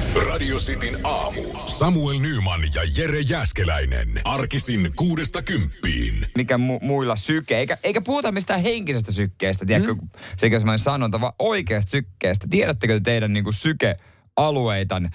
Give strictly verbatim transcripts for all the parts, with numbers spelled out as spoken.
Radio Cityn aamu. Samuel Nyman ja Jere Jääskeläinen. Arkisin kuudesta kymppiin. Mikä mu- muilla syke. Eikä, eikä puhuta mistään henkisestä sykkeestä, tiedätkö, mm. sekä semmoinen sanonta, vaan oikeasta sykkeestä. Tiedättekö teidän niin kuin sykealueitan?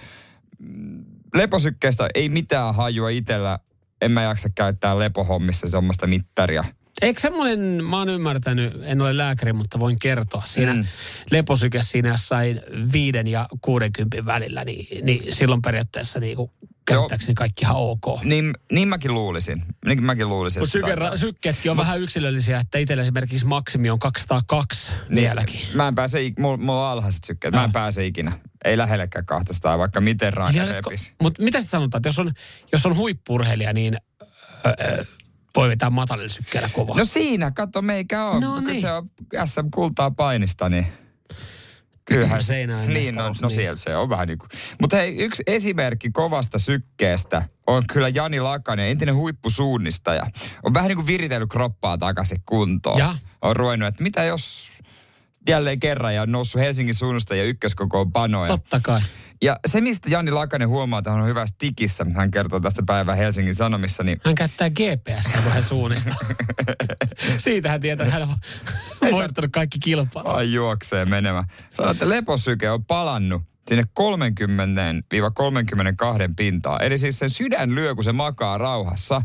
Leposykkeestä ei mitään hajua itsellä. En mä jaksa käyttää lepohommissa semmoista mittaria. Eikö semmoinen, mä oon ymmärtänyt, en ole lääkäri, mutta voin kertoa, siinä mm. leposyke siinä jossain viiden ja kuudenkympin välillä, niin, niin silloin periaatteessa niin kuin käsittääkseni kaikki ihan ok. Niin, niin mäkin luulisin. Niin mäkin luulisin. Mutta syke, sykkeetkin on Mut, vähän yksilöllisiä, että itsellä esimerkiksi maksimi on kaksisataakaksi niin, vieläkin. Mä en pääse, mulla, mulla on alhaiset sykkeet, mä en pääse ikinä. Ei lähellekään kaksisataa, vaikka miten raaka repisi. Mutta mitä sitten sanotaan, että jos on, jos on huippu-urheilija, niin Öö, voi vetää matalilla sykkeellä kovaa. No siinä, katso, meikä on. No niin. Se on S M-kultaa painista, niin kyllähän seinään. Niin, no, no siellä se on vähän niin kuin. Mutta hei, yksi esimerkki kovasta sykkeestä on kyllä Jani Lakanen, entinen huippusuunnistaja. On vähän niin kuin viritellyt kroppaa takaisin kuntoon. Ja? On ruvennut, että mitä jos jälleen kerran ja on noussut Helsingin suunnistajia ykköskokoonpanoja. Totta kai. Ja se, mistä Jani Lakanen huomaa, että hän on hyvässä tikissä, hän kertoo tästä päivän Helsingin Sanomissa, niin hän käyttää G P S, kun hän suunnistaa. Siitä hän tietää, että hän on voittanut kaikki kilpailut. Ai juoksee menemään. Sanoo, että leposyke on palannut sinne kolmekymmentä kolmekymmentäkaksi pintaa. Eli siis sen sydän lyö, kun se makaa rauhassa.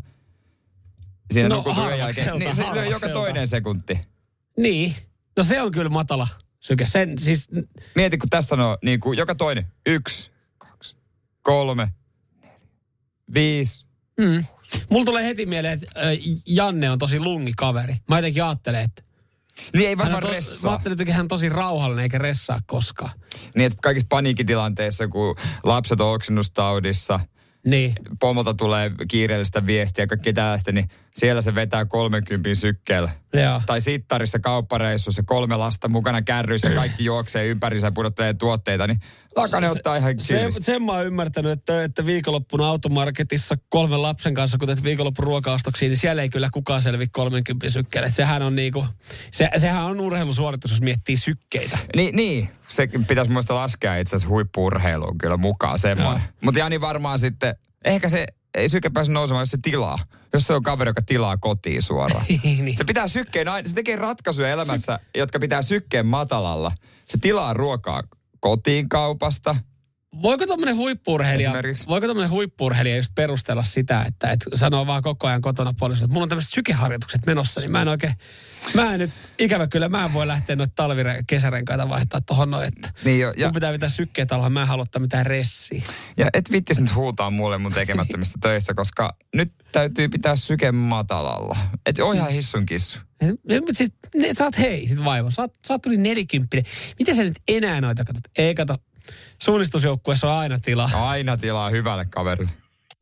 Siinä no jälkeen. Niin se lyö joka toinen sekunti. Niin. No se on kyllä matala syke. Sen siis... Mieti, kun tässä sanoo niin kuin joka toinen. Yksi, kaksi, kolme, neljä, viisi. Mm. Mulla tulee heti mieleen, että Janne on tosi lungikaveri. Mä jotenkin ajattelen, että... Niin ei varmaan to, ressaa. Mä ajattelin, että hän on tosi rauhallinen eikä ressaa koskaan. Niin, että kaikissa paniikkitilanteissa, kun lapset on oksennustaudissa... Niin. Pomolta tulee kiireellistä viestiä ja kaikki tällaista, niin siellä se vetää kolmenkympin sykkeellä. Joo. Tai sittarissa kauppareissussa kolme lasta mukana kärryissä, kaikki juoksee ympärissä ja pudottelee tuotteita, niin Lakanen ottaa ihan chillistä. Se, sen mä oon ymmärtänyt, että, että viikonloppuna automarketissa kolmen lapsen kanssa, kun teet viikonloppun ruoka-ostoksia, niin siellä ei kyllä kukaan selvi kolmenkympin sykkeellä. Että sehän on niinku, se, sehän on urheilusuoritus, jos miettii sykkeitä. Niin, niin. Se pitäisi muista laskea itse asiassa huippu-urheiluun kyllä mukaan semmoinen. Mutta Jani varmaan sitten, ehkä se ei syke pääse nousemaan, jos se tilaa. Jos se on kaveri, joka tilaa kotiin suoraan. niin. Se pitää sykkeen aina, se tekee ratkaisuja elämässä, Sy- jotka pitää sykkeen matalalla. Se tilaa ruokaa kotiin kaupasta. Voiko tommonen huippu-urheilija, voiko tommonen huippu-urheilija just perustella sitä, että et sanoo vaan koko ajan kotona puolella, että mulla on tämmöiset sykeharjoitukset menossa, niin mä en oikein, mä en nyt, ikävä kyllä, mä en voi lähteä noita talvi-kesärenkaita vaihtaa tohon noin, että niin jo, ja mun pitää pitää sykkeet alla, mä en halua ottaa mitään ressiä. Ja et vittis nyt huutaa mulle mun tekemättömistä töistä, koska nyt täytyy pitää syke matalalla. Et oo ihan hissun kissu. Sit, ne, sä oot hei, sit vaiva, sä oot, sä oot tuli nelikymppinen. Miten sä nyt enää noita katsot? Ei kato. Suunnistusjoukkueessa on aina tilaa. Aina tilaa hyvälle kaverille.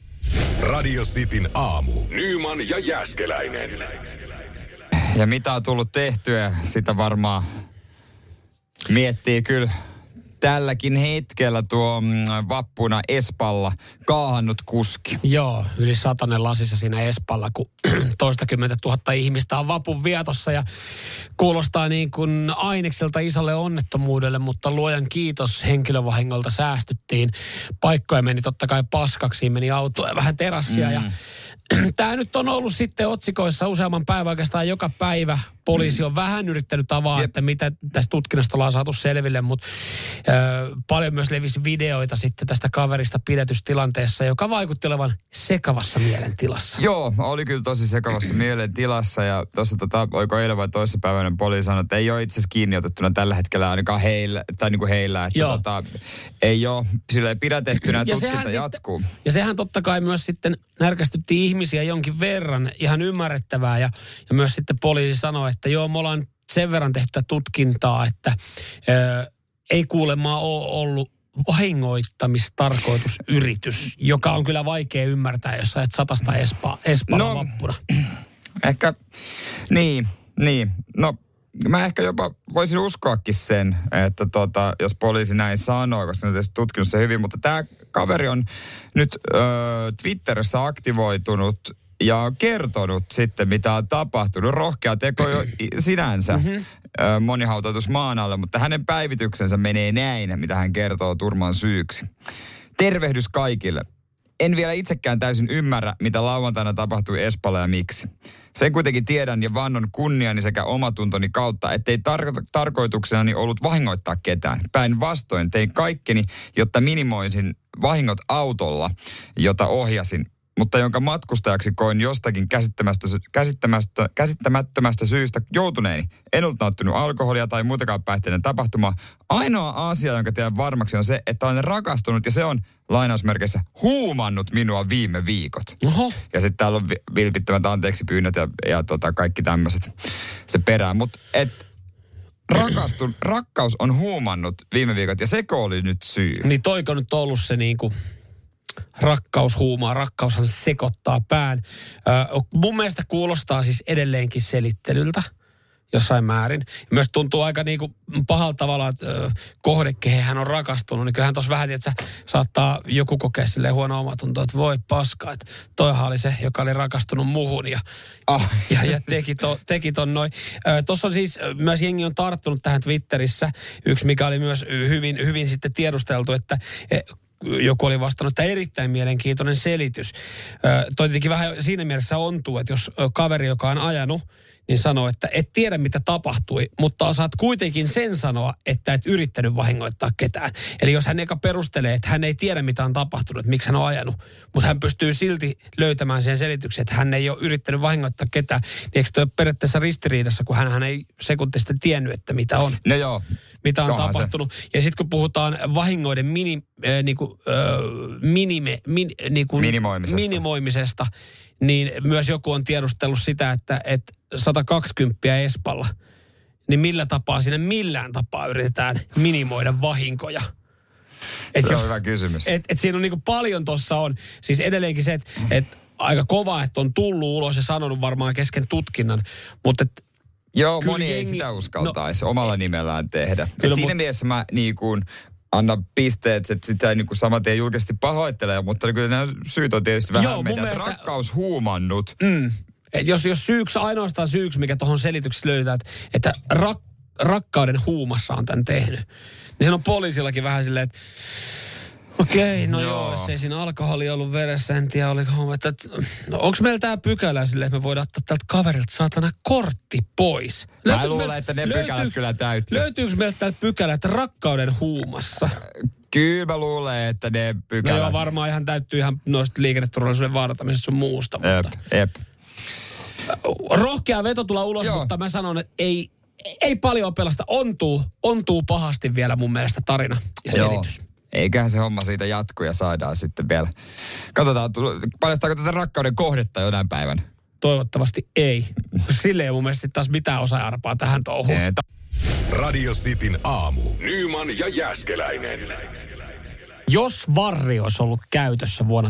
Radio Cityn aamu. Nyman ja Jääskeläinen. Ja mitä on tullut tehtyä, sitä varmaan miettii kyllä tälläkin hetkellä tuo vappuna Espalla kaahannut kuski. Joo, yli satanen lasissa siinä Espalla, kun toistakymmentä tuhatta ihmistä on vapun vietossa ja kuulostaa niin kuin ainekselta isolle onnettomuudelle, mutta luojan kiitos, henkilövahingolta säästyttiin. Paikkoja meni totta kai paskaksi, meni autoja vähän terassia mm. ja tämä nyt on ollut sitten otsikoissa useamman päivän, oikeastaan joka päivä. Poliisi on vähän yrittänyt avaa, että mitä tästä tutkinnasta ollaan saatu selville, mutta ö, paljon myös levisi videoita sitten tästä kaverista pidetystilanteessa, joka vaikutti olevan sekavassa mielentilassa. Joo, oli kyllä tosi sekavassa mielentilassa ja tuossa tota, oliko eilen vai toissapäivänä poliisi sanoi, että ei ole itse asiassa kiinni otettuna tällä hetkellä ainakaan heillä, tai niin kuin heillä, että tota, ei ole silleen pidätettynä, ja tutkinta jatkuu. Sitten, ja sehän totta kai myös sitten närkästytti ihmisiä jonkin verran, ihan ymmärrettävää ja, ja myös sitten poliisi sanoi, että joo, me ollaan sen verran tehtyä tutkintaa, että ö, ei kuulemma ole ollut vahingoittamistarkoitusyritys, joka on kyllä vaikea ymmärtää, jos sä et satasta Espaa, Espalla no, vappuna. Ehkä, niin, niin. No, mä ehkä jopa voisin uskoakin sen, että tota, jos poliisi näin sanoo, koska ne on tietysti tutkinut se hyvin, mutta tämä kaveri on nyt ö, Twitterissä aktivoitunut ja on kertonut sitten, mitä on tapahtunut. Rohkea teko jo sinänsä. Mm-hmm. Moni hautautus maan alle, mutta hänen päivityksensä menee näin, mitä hän kertoo turman syyksi. Tervehdys kaikille. En vielä itsekään täysin ymmärrä, mitä lauantaina tapahtui Espalla ja miksi. Sen kuitenkin tiedän ja vannon kunniani sekä omatuntoni kautta, ettei tarko- tarkoituksenani ollut vahingoittaa ketään. Päinvastoin tein kaikkeni, jotta minimoisin vahingot autolla, jota ohjasin, mutta jonka matkustajaksi koin jostakin käsittämättömästä, käsittämättömästä syystä joutuneeni. En ollut nauttinut alkoholia tai muutakaan päihteiden tapahtumaa. Ainoa asia, jonka tiedän varmaksi, on se, että olen rakastunut ja se on lainausmerkeissä huumannut minua viime viikot. Oho. Ja sitten täällä on vilpittömät anteeksi pyynnöt ja, ja tota, kaikki tämmöiset se perään. Mutta rakastun, rakkaus on huumannut viime viikot ja seko oli nyt syy. Niin toiko nyt ollut se niinku rakkaus huumaa, rakkaushan sekoittaa pään. Ö, mun mielestä kuulostaa siis edelleenkin selittelyltä jossain määrin. Myös tuntuu aika niinku pahalta tavalla, että ö, kohde, kehen hän on rakastunut, niin kyllähän tuossa vähän, että saattaa joku kokea silleen huono omatunto, että voi paska, että toihan oli se, joka oli rakastunut muhun ja, oh. ja, ja teki, to, teki ton noin. Tuossa on siis, myös jengi on tarttunut tähän Twitterissä, yksi mikä oli myös hyvin, hyvin sitten tiedusteltu, että e, joku oli vastannut, että erittäin mielenkiintoinen selitys. Ö, toi tietenkin vähän siinä mielessä ontuu, että jos kaveri, joka on ajanut, niin sanoo, että et tiedä mitä tapahtui, mutta osaat kuitenkin sen sanoa, että et yrittänyt vahingoittaa ketään. Eli jos hän eka perustelee, että hän ei tiedä mitä on tapahtunut, että miksi hän on ajanut, mutta hän pystyy silti löytämään sen selityksen, että hän ei ole yrittänyt vahingoittaa ketään, niin eikö toi ole periaatteessa ristiriidassa, kun hän, hän ei sekuntista tiennyt, että mitä on. No joo. Mitä on Kohan tapahtunut. Se. Ja sitten kun puhutaan vahingoiden mini, äh, niinku, äh, minime, min, niinku, minimoimisesta. minimoimisesta, niin myös joku on tiedustellut sitä, että et sata kaksikymmentä Espalla, niin millä tapaa siinä millään tapaa yritetään minimoida vahinkoja. Et se on jo, hyvä kysymys. Et, et siinä on niinku paljon tuossa on, siis edelleenkin se, että et aika kova, että on tullut ulos ja sanonut varmaan kesken tutkinnan, mutta et, joo, moni jengi, ei sitä uskaltaisi no, omalla nimellään tehdä. Kyllä, siinä mut, mielessä mä niin kuin anna pisteet, että sitä ei niin kuin saman tien julkisesti pahoittele, mutta kyllä nämä syyt on tietysti vähän joo, meidän, mielestä, rakkaus huumannut. Mm, et jos, jos syyksi, ainoastaan syyksi, mikä tuohon selityksessä löydetään, että, että rak, rakkauden huumassa on tämän tehnyt, niin se on poliisillakin vähän silleen, että okei, no joo, joo jos ei siinä alkoholi ollut veressä, en tiedä oliko homma, että no, onko meillä tää pykälä silleen, että me voidaan ottaa tältä kaverilta saatana kortti pois? Löytyykö mä luulen, meillä, että ne pykälät löytyy, kyllä täyttyy. Löytyykö meiltä tältä pykälät rakkauden huumassa? Kyllä mä luulen, että ne pykälät. No joo, varmaan ihan täyttyy ihan noista liikenneturvallisuuden vaarantamisesta sun muusta, mutta Jep, jep. Rohkea veto tulla ulos, joo. Mutta mä sanon, että ei, ei paljon pelasta. Ontuu, ontuu pahasti vielä mun mielestä tarina ja selitys. Joo. Eiköhän se homma siitä jatku ja saadaan sitten vielä. Katsotaan, paljastaako tätä rakkauden kohdetta jonain päivän? Toivottavasti ei. Sille ei mun mielestä taas mitään osa-arpaa tähän touhuun. Radio Cityn aamu. Nyman ja Jääskeläinen. Jos varri olisi ollut käytössä vuonna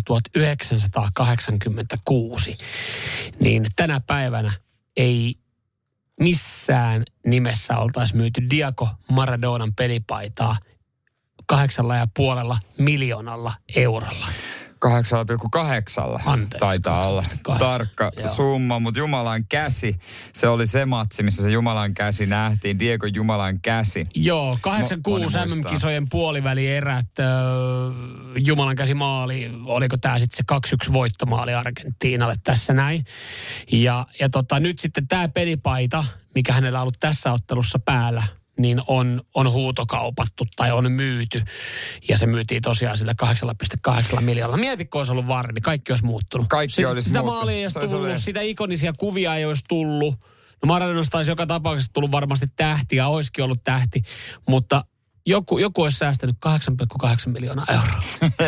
tuhatyhdeksänsataakahdeksankymmentäkuusi, niin tänä päivänä ei missään nimessä oltaisi myyty Diego Maradonan pelipaitaa kahdeksalla ja puolella miljoonalla eurolla. kahdeksalla pilkku kahdeksalla taitaa olla tarkka joo. summa, mutta Jumalan käsi, se oli se matsi, missä se Jumalan käsi nähtiin, Diego Jumalan käsi. Joo, kahdeksankymmentäkuusi M M-kisojen puolivälierät, äh, Jumalan käsi maali, oliko tämä sitten se kaksi yksi voittomaali Argentiinalle tässä näin. Ja, ja tota, nyt sitten tämä pelipaita, mikä hänellä on ollut tässä ottelussa päällä, niin on, on huutokaupattu tai on myyty. Ja se myytiin tosiaan sillä kahdeksan pilkku kahdeksan miljoonalla. Mietitkö, olisi ollut varri, niin kaikki olisi muuttunut. Kaikki Sitten, olisi sitä muuttunut. Sitä maalia ei olisi tullut, olisi... sitä ikonisia kuvia ei olisi tullut. No Maradonasta olisi joka tapauksessa tullut varmasti tähti ja olisikin ollut tähti. Mutta joku, joku olisi säästänyt kahdeksan pilkku kahdeksan miljoonaa euroa.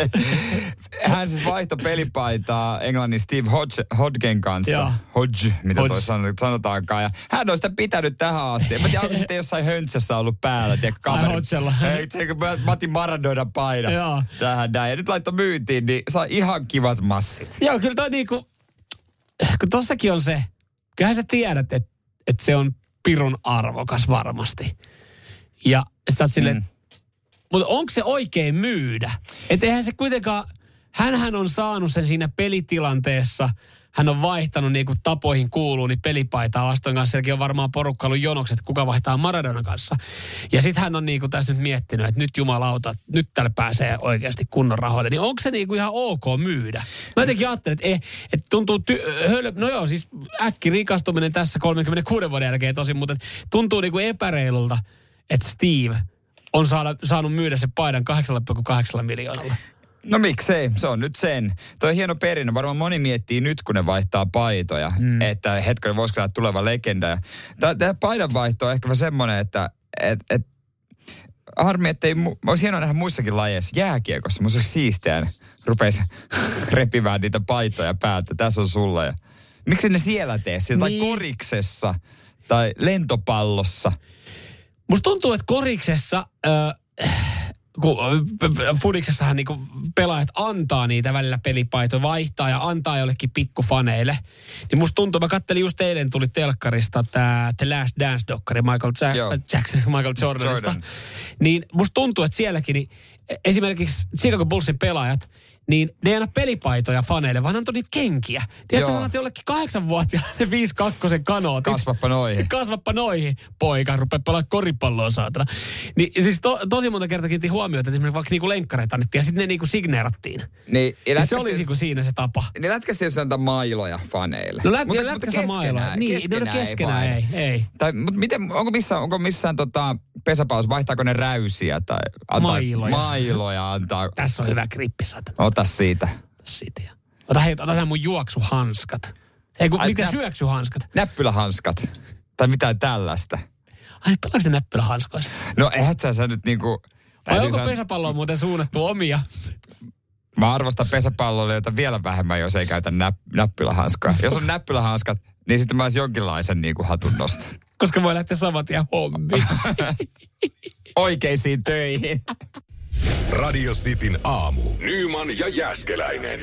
Hän siis vaihtoi pelipaitaa Englannin Steve Hodge, Hodgen kanssa. Ja. Hodge, mitä Hodge. toi sanotaankaan. Ja hän on sitä pitänyt tähän asti. En tiedä, onko sitten jossain höntsässä ollut päällä, tiedätkö, kaverit. Mä otin Maradonan paina ja. Tähän näin. Ja nyt laittoi myyntiin, niin saa ihan kivat massit. Joo, kyllä toi niinku, kun tossakin on se, kyllähän sä tiedät, että et se on pirun arvokas varmasti. Ja sä oot silleen, mm. mutta onko se oikein myydä? Että eihän se kuitenkaan, hänhän on saanut sen siinä pelitilanteessa hän on vaihtanut niin kuin tapoihin kuuluu, niin pelipaitaa vastoin kanssa. Sielläkin on varmaan porukka ollut jonokset, että kuka vaihtaa Maradonan kanssa. Ja sitten hän on niin kuin tässä nyt miettinyt, että nyt jumalauta, nyt täällä pääsee oikeasti kunnon rahoille. Niin onko se niin kuin ihan ok myydä? Mä jotenkin ajattelin, että, eh, että tuntuu, ty- hölö, no joo, siis äkki rikastuminen tässä kolmekymmentäkuuden vuoden jälkeen tosin, mutta tuntuu niin kuin epäreilulta, että Steve on saada, saanut myydä se paidan kahdeksan pilkku kahdeksan miljoonalla. No miksei, se on nyt sen. Toi hieno perinne, varmaan moni miettii nyt, kun ne vaihtaa paitoja, mm. että hetkinen, voisiko tämä tuleva legenda. Tämä paidanvaihto on ehkä semmoinen, että et, et, harmi, että ei, olisi hienoa nähdä muissakin lajeissa, jääkiekossa, mutta se olisi siistiä, rupeisi repivään niitä paitoja päältä, tässä on sulla. Ja miksi ne siellä tee sitä, niin. Tai koriksessa, tai lentopallossa? Musta tuntuu, että koriksessa, äh, kun fudiksessahan niinku pelaajat antaa niitä välillä pelipaitoja, vaihtaa ja antaa jollekin pikkufaneille. Niin musta tuntuu, mä kattelin just eilen, tuli telkkarista tää The Last Dance-dokkari Michael Jack- Jackson, Michael Jordanista. Jordan. Niin musta tuntuu, että sielläkin, niin esimerkiksi Chicago Bullsin pelaajat, niin ne ei anna pelipaitoja faneille, vaan antoi niitä kenkiä. Tiedätkö, sanot jollekin kahdeksanvuotiaalle ne viisi kakkosen kanootit. Kasvappa noihin. Kasvappa noihin, poika, rupea pelaa koripalloa, saatana. Niin siis to, tosi monta kertaa kiinnitin huomioon, että esimerkiksi vaikka niinku lenkkareita annettiin ja sitten ne niinku signeerattiin. Niin, niin se oli niinku siinä se tapa. Niin lätkästi jos antaa mailoja faneille. No lätkässä lätkä mailoja. Niin, keskenään, no, keskenään ei, ei. ei. Tai, mutta miten, onko missään, onko missään tota, pesäpaus, vaihtaako ne räysiä tai antaa mailoja. mailoja antaa. Tässä on hyvä krippi, saatana. Ota siitä. Siitä. Ota hei, ota mun juoksuhanskat. Hei, kun, miten nä- syöksyhanskat? Näppylähanskat. Tai mitään tällaista. Ai, pelaako ne näppylähanskoissa? No eihän sä, sä nyt niinku... Vai onko sä... pesäpalloon muuten suunnattu omia? Mä arvostan pesäpalloilijoita vielä vähemmän, jos ei käytä näp- näppylähanskaa. Jos on näppylähanskat, niin sitten mä olisin jonkinlaisen niinku hatunnosta. Koska voi lähteä saman tien hommiin. Oikeisiin töihin. Radio Cityn aamu. Nyman ja Jääskeläinen.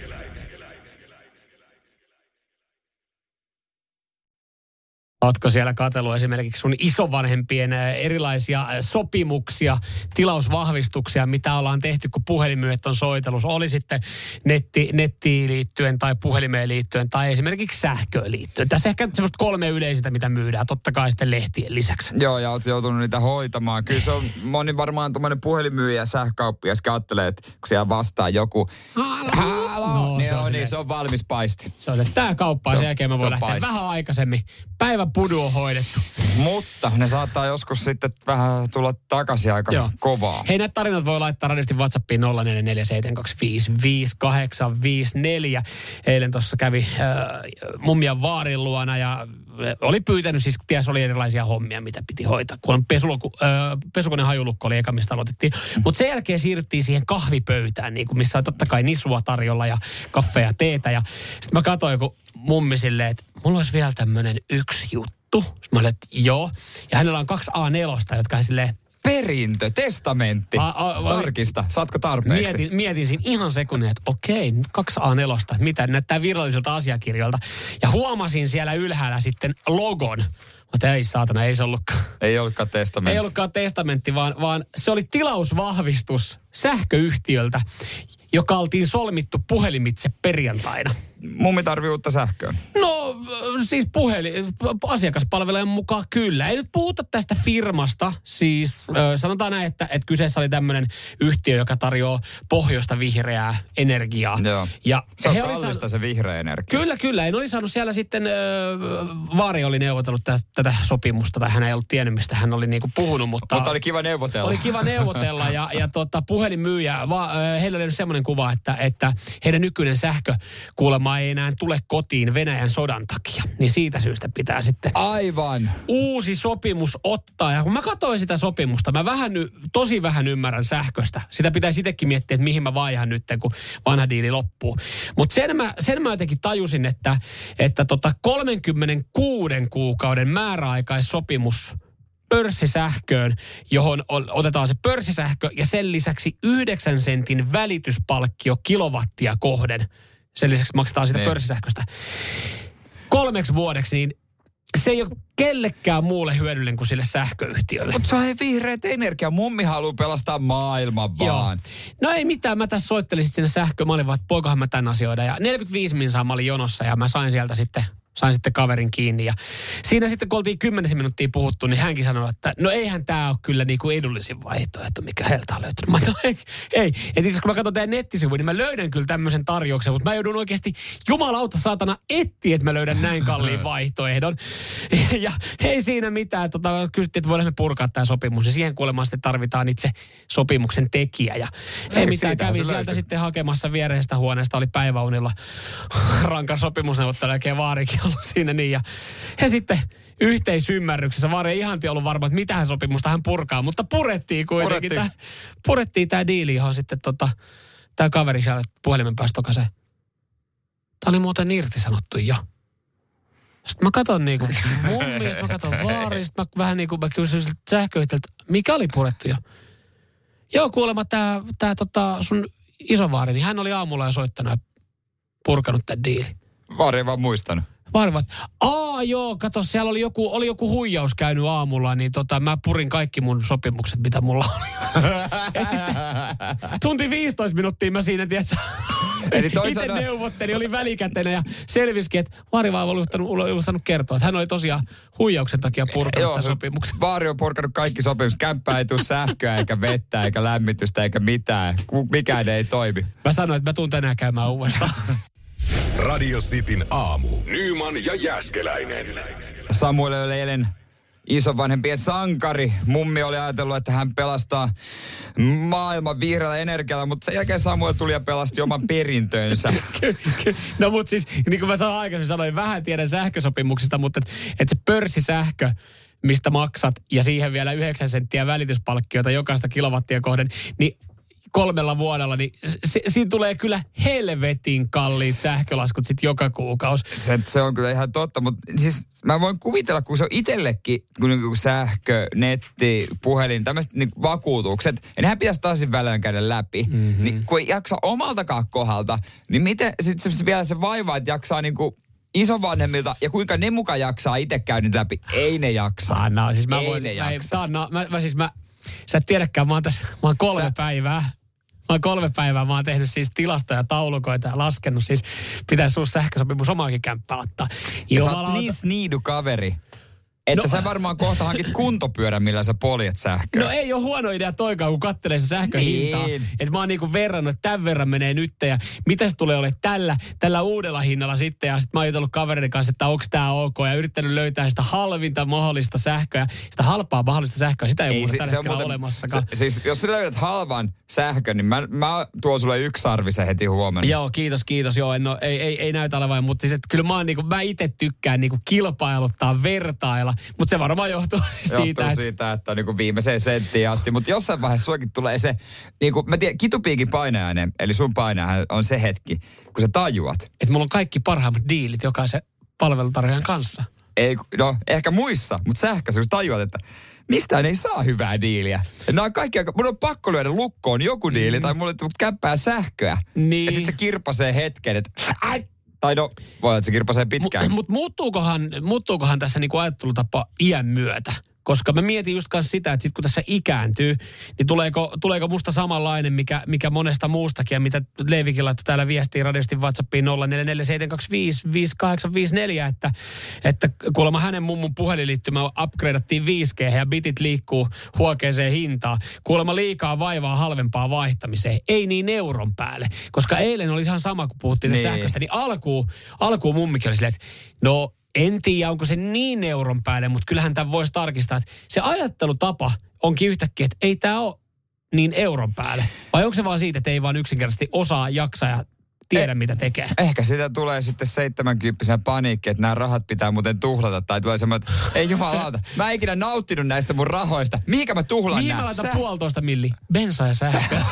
Ootko siellä katsellut esimerkiksi sun isovanhempien erilaisia sopimuksia, tilausvahvistuksia, mitä ollaan tehty, kun puhelinmyyjät on soitellut? Oli sitten netti, nettiin liittyen tai puhelimeen liittyen tai esimerkiksi sähköön liittyen. Tässä ehkä semmoista kolme yleisintä, mitä myydään, totta kai sitten lehtien lisäksi. Joo, ja oot joutunut niitä hoitamaan. Kyllä se on moni varmaan tuommoinen puhelinmyyjä ja sähkökauppias ajattelee, että kun siellä vastaa joku, halo, niin, se on, niin se on valmis paisti. Se on, että tämä kauppaa, sen jälkeen mä voin lähteä paisti. Vähän aikaisemmin. Päivä pudu on hoidettu. Mutta ne saattaa joskus sitten vähän tulla takaisin aika Joo. kovaa. Hei, näitä tarinat voi laittaa radistin WhatsAppiin nolla neljä neljä seitsemän kaksi viisi viisi kahdeksan viisi neljä. Eilen tuossa kävi äh, mummian vaarin luona ja oli pyytänyt, siis ties oli erilaisia hommia, mitä piti hoitaa. Kun pesuloku, äh, pesukoneen hajulukko oli eka, mistä aloitettiin. Mutta sen jälkeen siirryttiin siihen kahvipöytään, niin kuin missä on totta kai nisua tarjolla ja kaffea ja teetä. Ja sitten mä katsoin joku mummi silleen, että mulla olisi vielä tämmöinen yksi juttu. Sitten mä olin, että joo. Ja hänellä on kaksi A neljä, jotka on silleen, perintö, testamentti. A, a, Tarkista, saatko tarpeeksi? Mietin, mietin siinä ihan sekunnin, että okei, kaksi A neljä, että mitä näyttää viralliselta asiakirjoilta. Ja huomasin siellä ylhäällä sitten logon. Mutta ei saatana, ei se ollutkaan. Ei ollutkaan testamentti. Ei ollutkaan testamentti, vaan, vaan se oli tilausvahvistus sähköyhtiöltä, joka oltiin solmittu puhelimitse perjantaina. Mummi tarvii uutta sähköä. No siis puhelin, asiakaspalvelujen mukaan kyllä. Ei nyt puhuta tästä firmasta. Siis äh, sanotaan näin, että, että kyseessä oli tämmöinen yhtiö, joka tarjoaa pohjoista vihreää energiaa. Joo. Ja se on kallista saanut, se vihreä energia. Kyllä, kyllä. En oli saanut siellä sitten, äh, Vaari oli neuvotellut tästä, tätä sopimusta, tai hän ei ollut tiennyt, mistä hän oli niinku puhunut. Mutta, mutta oli kiva neuvotella. Oli kiva neuvotella ja, ja tota, puhelinmyyjä, va, äh, heillä oli semmoinen kuva, että, että heidän nykyinen sähkö kuulemma ei enää tule kotiin Venäjän sodan takia. Niin siitä syystä pitää sitten aivan uusi sopimus ottaa. Ja kun mä katsoin sitä sopimusta, mä vähän, tosi vähän ymmärrän sähköstä. Sitä pitäisi itsekin miettiä, että mihin mä vaihan nyt, kun vanha diili loppuu. Mutta sen mä, sen mä jotenkin tajusin, että, että tota kolmekymmentäkuusi kuukauden määräaikaissopimus pörssisähköön, johon otetaan se pörssisähkö ja sen lisäksi yhdeksän sentin välityspalkkio kilowattia kohden. Sen lisäksi maksetaan siitä ne. pörssisähköstä. Kolmeksi vuodeksi, niin se ei ole kellekään muulle hyödyllinen kuin sille sähköyhtiölle. Mutta se on vihreät energia. Mummi haluaa pelastaa maailman vaan. Joo. No ei mitään, mä tässä soittelin sitten sinne sähköön. Mä olin vaan, että poikohan mä tän asioida. Ja neljäkymmentäviisi minsaa mä olin jonossa ja mä sain sieltä sitten... Sain sitten kaverin kiinni ja siinä sitten kun oltiin kymmenisen minuuttia puhuttu, niin hänkin sanoi, että no eihän tämä ole kyllä niin kuin edullisin vaihtoehto, mikä heiltä on löytynyt. Mä sanoin, ei, ei. Et siis kun mä katson teidän nettisivuja, niin mä löydän kyllä tämmöisen tarjouksen, mutta mä joudun oikeasti jumalauta saatana etsiä, että mä löydän näin kalliin vaihtoehdon. Ja ei siinä mitään, tota, kysyttiin, että voidaan me purkaa tämä sopimus ja siihen kuulemma sitten tarvitaan itse sopimuksen tekijä. Ja ei mitään, kävin sieltä löytyy. Sitten hakemassa viereisestä huoneesta, oli päiväunilla rankan sopimusneuvottelu ja vaarikin ollut siinä niin. Ja he sitten yhteisymmärryksessä, Vaari ei ihan ollut varma, että mitähän sopimusta hän purkaa, mutta purettiin kuitenkin. Purettiin, tää, purettiin tämä diili, johon sitten tota, tämä kaveri sieltä puhelimen päästä tokaseen. Tämä oli muuten irtisanottu jo. Sitten mä katson niinku mummi, mä katson Vaari, sitten mä vähän niinku mä kysyin siltä sähköyhtiöltä, mikä oli purettu jo? Joo, kuulemma tää, tää tota sun isovaari, niin hän oli aamulla jo soittanut ja purkanut tämän diili. Vaari ei vaan muistanut. Varvat. Aa joo, kato, siellä oli joku, oli joku huijaus käynyt aamulla, niin tota, mä purin kaikki mun sopimukset, mitä mulla oli. Et sitten tunti viisitoista minuuttia mä siinä, tiedätkö, itse neuvottelin, oli välikätenä ja selvisikin, että Vaari vaan oli ulustanut kertoa, että hän oli tosiaan huijauksen takia purkanut tämän sopimuksen. Vaari on purkanut kaikki sopimukset. Kämppää ei tule sähköä, eikä vettä, eikä lämmitystä, eikä mitään. Mikään ei toimi. Mä sanoin, että mä tuun tänään käymään uudestaan. Radio Cityn aamu. Nyman ja Jääskeläinen. Samuel oli eilen isovanhempien sankari. Mummi oli ajatellut, että hän pelastaa maailman vihreällä energialla, mutta sen jälkeen Samuel tuli ja pelasti oman perintönsä. No mutta siis, niin kuin mä sanoin aikaisemmin, sanoin vähän tiedän sähkösopimuksista, mutta että et se pörssisähkö, mistä maksat, ja siihen vielä yhdeksän senttiä välityspalkkiota jokaista kilowattia kohden, niin kolmella vuodella, niin si- siinä tulee kyllä helvetin kalliit sähkölaskut sitten joka kuukausi. Se, se on kyllä ihan totta, mutta siis mä voin kuvitella, kun se on itsellekin, kun niin sähkö, netti, puhelin, tämmöiset niin vakuutukset, ja nehän pitäisi taasin väliin käydä läpi. Mm-hmm. Niin kun ei jaksa omaltakaan kohdalta, niin miten sitten se vielä se vaivaa, että jaksaa niin kuin isovanhemmilta, ja kuinka ne mukaan jaksaa itse käydä läpi. Ei ne jaksa. Ah, no, siis mä ei voin, ne mä, jaksa. Mä, mä, mä, siis mä, sä et tiedäkään, mä oon tässä, mä oon kolme sä... päivää. Mä oon kolme päivää, mä oon tehnyt siis tilastoja ja taulukoita ja laskenut, siis pitäisi sun sähkösopimus omaakin kämppää ottaa. Ja sä oot niin sniidu kaveri, että no, sä varmaan kohta hankit kuntopyörän, millä sä poljet sähköä. No ei ole huono idea toikaan, kun kattelee se sähköhintaa. Niin. Että mä oon niinku verrannut, että tämän verran menee nyt ja mitä se tulee olemaan tällä, tällä uudella hinnalla sitten. Ja sitten mä oon jutellut kaverin kanssa, että onko tää ok ja yrittänyt löytää sitä halvinta mahdollista sähköä. Sitä halpaa mahdollista sähköä, sitä ei, ei muuta tällä hetkellä olemassakaan. Se, siis jos sä löydät halvan sähkön, niin mä, mä tuon sulle yksarvisen heti huomenna. Joo, kiitos, kiitos. Joo, en ole, ei, ei, ei näytä olevan, mutta siis, että kyllä mä, oon, niinku, mä itse tykkään niinku kilpailuttaa, vertailla. Mutta se varmaan johtuu siitä. Johtuu että... siitä, että niinku viimeiseen senttiin asti. Mutta jossain vaiheessa suokin tulee se, niinku, mä tiedän, kitupiikin painajainen, eli sun painajainen on se hetki, kun sä tajuat. Että mulla on kaikki parhaimmat diilit jokaisen palvelutarjoajan kanssa. Ei, no ehkä muissa, mutta sähkössä, kun tajuat, että mistään ei saa hyvää diiliä. Nämä on kaikki, mun on pakko lyödä lukkoon joku diili, mm. tai mulle käppää sähköä. Niin. Ja sitten se kirpasee hetken, että ai, tai no, voi että se kirpasee pitkään. Mutta mut muuttuukohan, muuttuukohan tässä niinku ajattelutapa iän myötä? Koska mä mietin just kanssa sitä, että sit kun tässä ikääntyy, niin tuleeko, tuleeko musta samanlainen, mikä, mikä monesta muustakin, ja mitä Leivikin laittoi täällä viestiin radiosti WhatsAppiin nolla neljä neljä seitsemän kaksi viisi viisi kahdeksan viisi neljä, että, että kuulemma hänen mummun puhelinliittymä upgradeattiin viisi G ja bitit liikkuu huokeeseen hintaan. Kuulemma liikaa vaivaa halvempaa vaihtamiseen, ei niin euron päälle. Koska eilen oli ihan sama, kun puhuttiin niin. sähköstä, niin alkuun, alkuun mummikin oli silleen, että no, en tiedä, onko se niin euron päälle, mutta kyllähän tämän voisi tarkistaa, että se ajattelutapa onkin yhtäkkiä, että ei tämä ole niin euron päälle. Vai onko se vaan siitä, että ei vaan yksinkertaisesti osaa, jaksa ja tiedä, eh, mitä tekee? Ehkä sitä tulee sitten seitsemänkymppisenä paniikki, että nämä rahat pitää muuten tuhlata. Tai tulee semmoinen, että ei jumalauta, mä en ikinä nauttinut näistä mun rahoista. Mihinkä mä tuhlan Mihin nämä? Mihin mä laitan Sä... puolitoista milli? Bensa ja sähköä.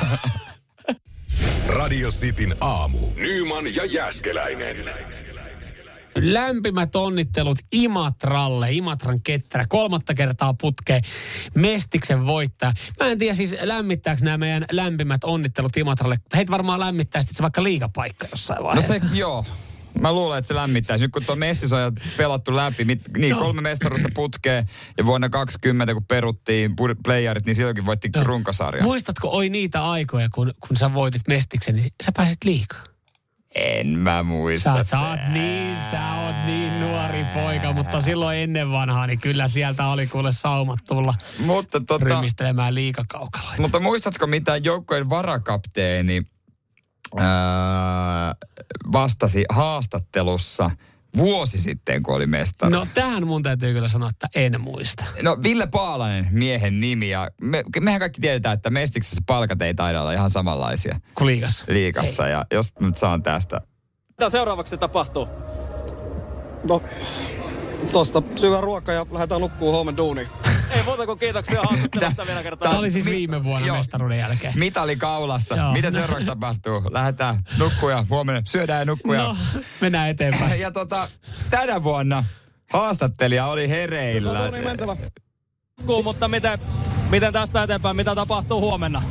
Radio Cityn aamu. Nyman ja Jääskeläinen. Lämpimät onnittelut Imatralle, Imatran ketterä, kolmatta kertaa putkeen Mestiksen voittaa. Mä en tiedä siis lämmittääkö nämä meidän lämpimät onnittelut Imatralle. Heitä varmaan lämmittää sitten se vaikka liigapaikka jossain vaiheessa. No se, joo. Mä luulen, että se lämmittäisi. Nyt kun tuo mestis on pelattu läpi, mit, niin no. kolme mestaruutta putkeen ja vuonna kaksikymmentä, kun peruttiin playerit, niin silloinkin voitti no. runkosarja. Muistatko, oi niitä aikoja, kun, kun sä voitit mestiksen, niin sä pääsit liikaa? En mä muista. Sä, sä oot niin, sä oot niin nuori poika, mutta silloin ennen vanhaa, niin kyllä sieltä oli kuule saumat tulla mutta tota, rymistelemään liikakaukaloita. Mutta muistatko, mitä joukkojen varakapteeni ää, vastasi haastattelussa vuosi sitten, kun oli mestari? No tähän mun täytyy kyllä sanoa, että en muista. No Ville Paalanen, miehen nimi. Ja me, mehän kaikki tiedetään, että Mestiksessä palkat ei taida olla ihan samanlaisia. Kuin liigassa. Liigassa. Ja jos nyt saan tästä. Mitä seuraavaksi tapahtuu? No, tosta syvä ruoka ja lähdetään nukkuu huomenna duuniin. Ei muuta kuin kiitoksia haastattelusta vielä kertaa. Tämä oli siis viime vuonna jo, mestaruuden jälkeen. Mitali kaulassa. Joo. Mitä seuraavaksi tapahtuu? Lähdetään nukkuja huomenna. Syödään ja nukkuja. No, mennään eteenpäin. Ja tota, tänä vuonna haastattelija oli hereillä. Se on niin mentävä. Mutta miten, miten tästä eteenpäin? Mitä tapahtuu huomenna?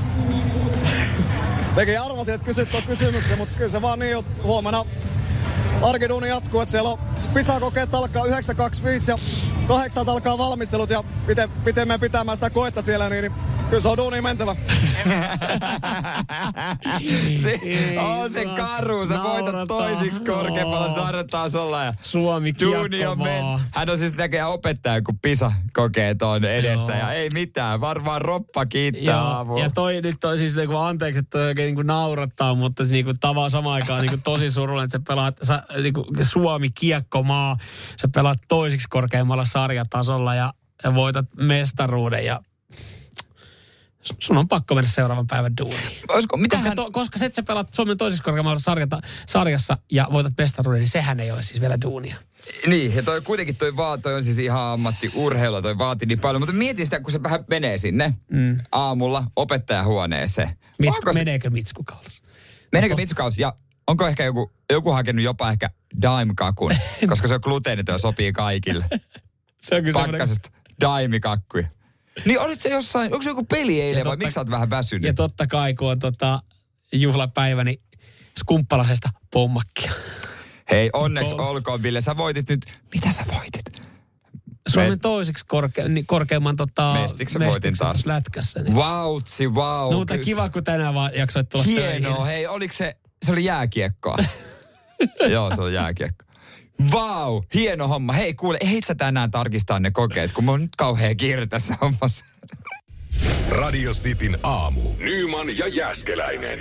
Tekin arvasin, että kysyt tuon kysymyksen, mutta kyllä se vaan niin, että huomenna arkiduuni jatkuu, että siellä on PISA-kokeet alkaa yhdeksän kaksikymmentäviisi ja kahdeksan alkaa valmistelut ja miten, miten me pitämään sitä koetta siellä, niin, niin kyllä se on duuniin mentävä. se, on se karu, sä voitat toisiksi korkeammalla sarjatasolla ja Suomi kiekkomaa. Hän on siis näköjään opettaja, kun PISA-kokeet on edessä. Joo. Ja ei mitään, varmaan roppa kiittää aamulla. Ja toi nyt on siis niinku, anteeksi, että toi oikein niinku naurattaa, mutta niinku, tavaa samaan aikaan niinku, tosi surullinen, että sä pelaat sä, niinku, Suomi kiekkomaa. Sä pelaat toisiksi korkeammalla sarjatasolla ja, ja voitat mestaruuden ja sun on pakko mennä seuraavan päivän duuniin. Olisiko, koska, hän... to, koska se, että sä pelaat Suomen toisessa korkeammalla sarjata, sarjassa ja voitat mestaruuden, niin sehän ei ole siis vielä duunia. Niin, ja toi kuitenkin toi, va, toi on siis ihan ammattiurheilua, toi vaati niin paljon. Mutta mieti sitä, kun se vähän menee sinne mm. aamulla opettajahuoneeseen. Mits, meneekö mitskukaulassa? Meneekö mitskukaulassa? Ja onko ehkä joku, joku hakenut jopa ehkä daimkakun, koska se on gluteeniton ja sopii kaikille. Se on kyllä pakkasesta daimikakkuja. Niin olit se jossain, onko se joku peli eilen vai miksi sä oot vähän väsynyt? Ja totta kai, kun on tota juhlapäivä, niin skumppalasesta pommakkia. Hei, onneksi Kols. olkoon, Ville. Sä voitit nyt, mitä sä voitit? Suomen Mest... toiseksi korke, niin korkeamman tota, mestiksen voitin taas lätkässä. Niin. Vautsi, vau. Wow, no mutta kiva, kun tänään vaan jaksoit tulla hienoa, töihin. Hienoa, hei, oliko se, se oli jääkiekkoa. Joo, se oli jääkiekko. Vau, wow, hieno homma. Hei kuule, ei sä tänään tarkistaa ne kokeet, kun mä oon nyt kauhea kiire tässä hommassa. Radio Cityn aamu. Nyman ja Jääskeläinen.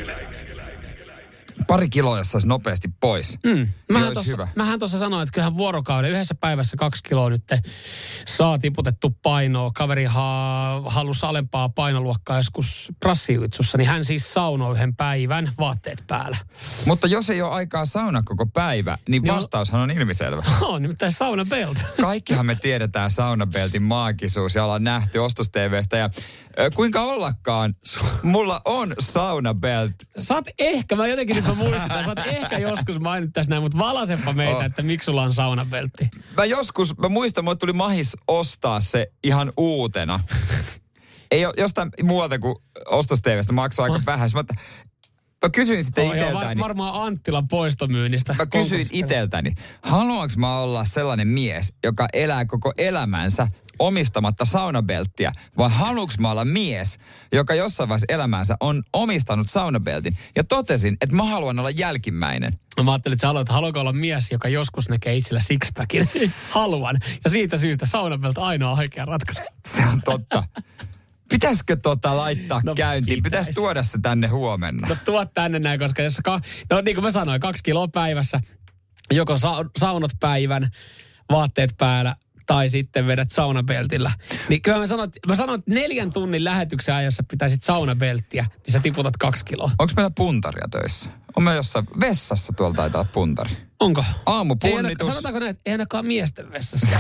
Pari kiloa, jos saisi nopeasti pois. Mm. Mähän, tossa, mähän tuossa sanoin, että kyllähän vuorokauden yhdessä päivässä kaksi kiloa nyt saa tiputettu painoa. Kaveri ha, halusi alempaa painoluokkaa joskus prassijuitsussa, niin hän siis saunoi yhden päivän vaatteet päällä. Mutta jos ei ole aikaa sauna koko päivä, niin jo. Vastaushan on ilmiselvä. On, nimittäin saunabelt. Kaikkihan me tiedetään saunabeltin maagisuus ja ollaan nähty Ostos T V:stä ja äh, kuinka ollakaan, mulla on saunabelt. Sä oot ehkä, mä jotenkin nyt mä muistetaan, sä oot ehkä joskus mainit tässä näin, mutta valasepa meitä, oh. että miksi sulla on saunabeltti. Mä joskus, mä muistan, mulle tuli mahis ostaa se ihan uutena. Ei ole jostain muualta kuin Ostos T V:stä maksaa aika vähän. Mä, mä kysyin sitten oh, iteltäni. Joo, varmaan Anttilan poistomyynnistä. Mä kysyin iteltäni, haluanko mä olla sellainen mies, joka elää koko elämänsä omistamatta saunabelttiä, vai haluanko mä olla mies, joka jossain vaiheessa elämäänsä on omistanut saunabeltin? Ja totesin, että mä haluan olla jälkimmäinen. No mä ajattelin, että sä aloit, haluanko olla mies, joka joskus näkee itsellä sixpackin? Haluan. Ja siitä syystä saunabelt ainoa oikea ratkaisu. Se on totta. Pitäisikö tota laittaa no, käyntiin? Pitäisi tuoda se tänne huomenna. No tuo tänne näin, koska jos ka- no niin kuin mä sanoin, kaksi kiloa päivässä, joko sa- saunot päivän, vaatteet päällä, tai sitten vedät saunabeltillä. Niin kyllä mä sanon, mä sanon, että neljän tunnin lähetyksen ajossa pitäisit saunabelttiä, niin sä tiputat kaksi kiloa. Onko meillä puntaria töissä? On meillä jossain vessassa tuolla taitaa olla puntari. Onko? Aamupunnitus. Sanotaanko näin, ei ainakaan miesten vessassa.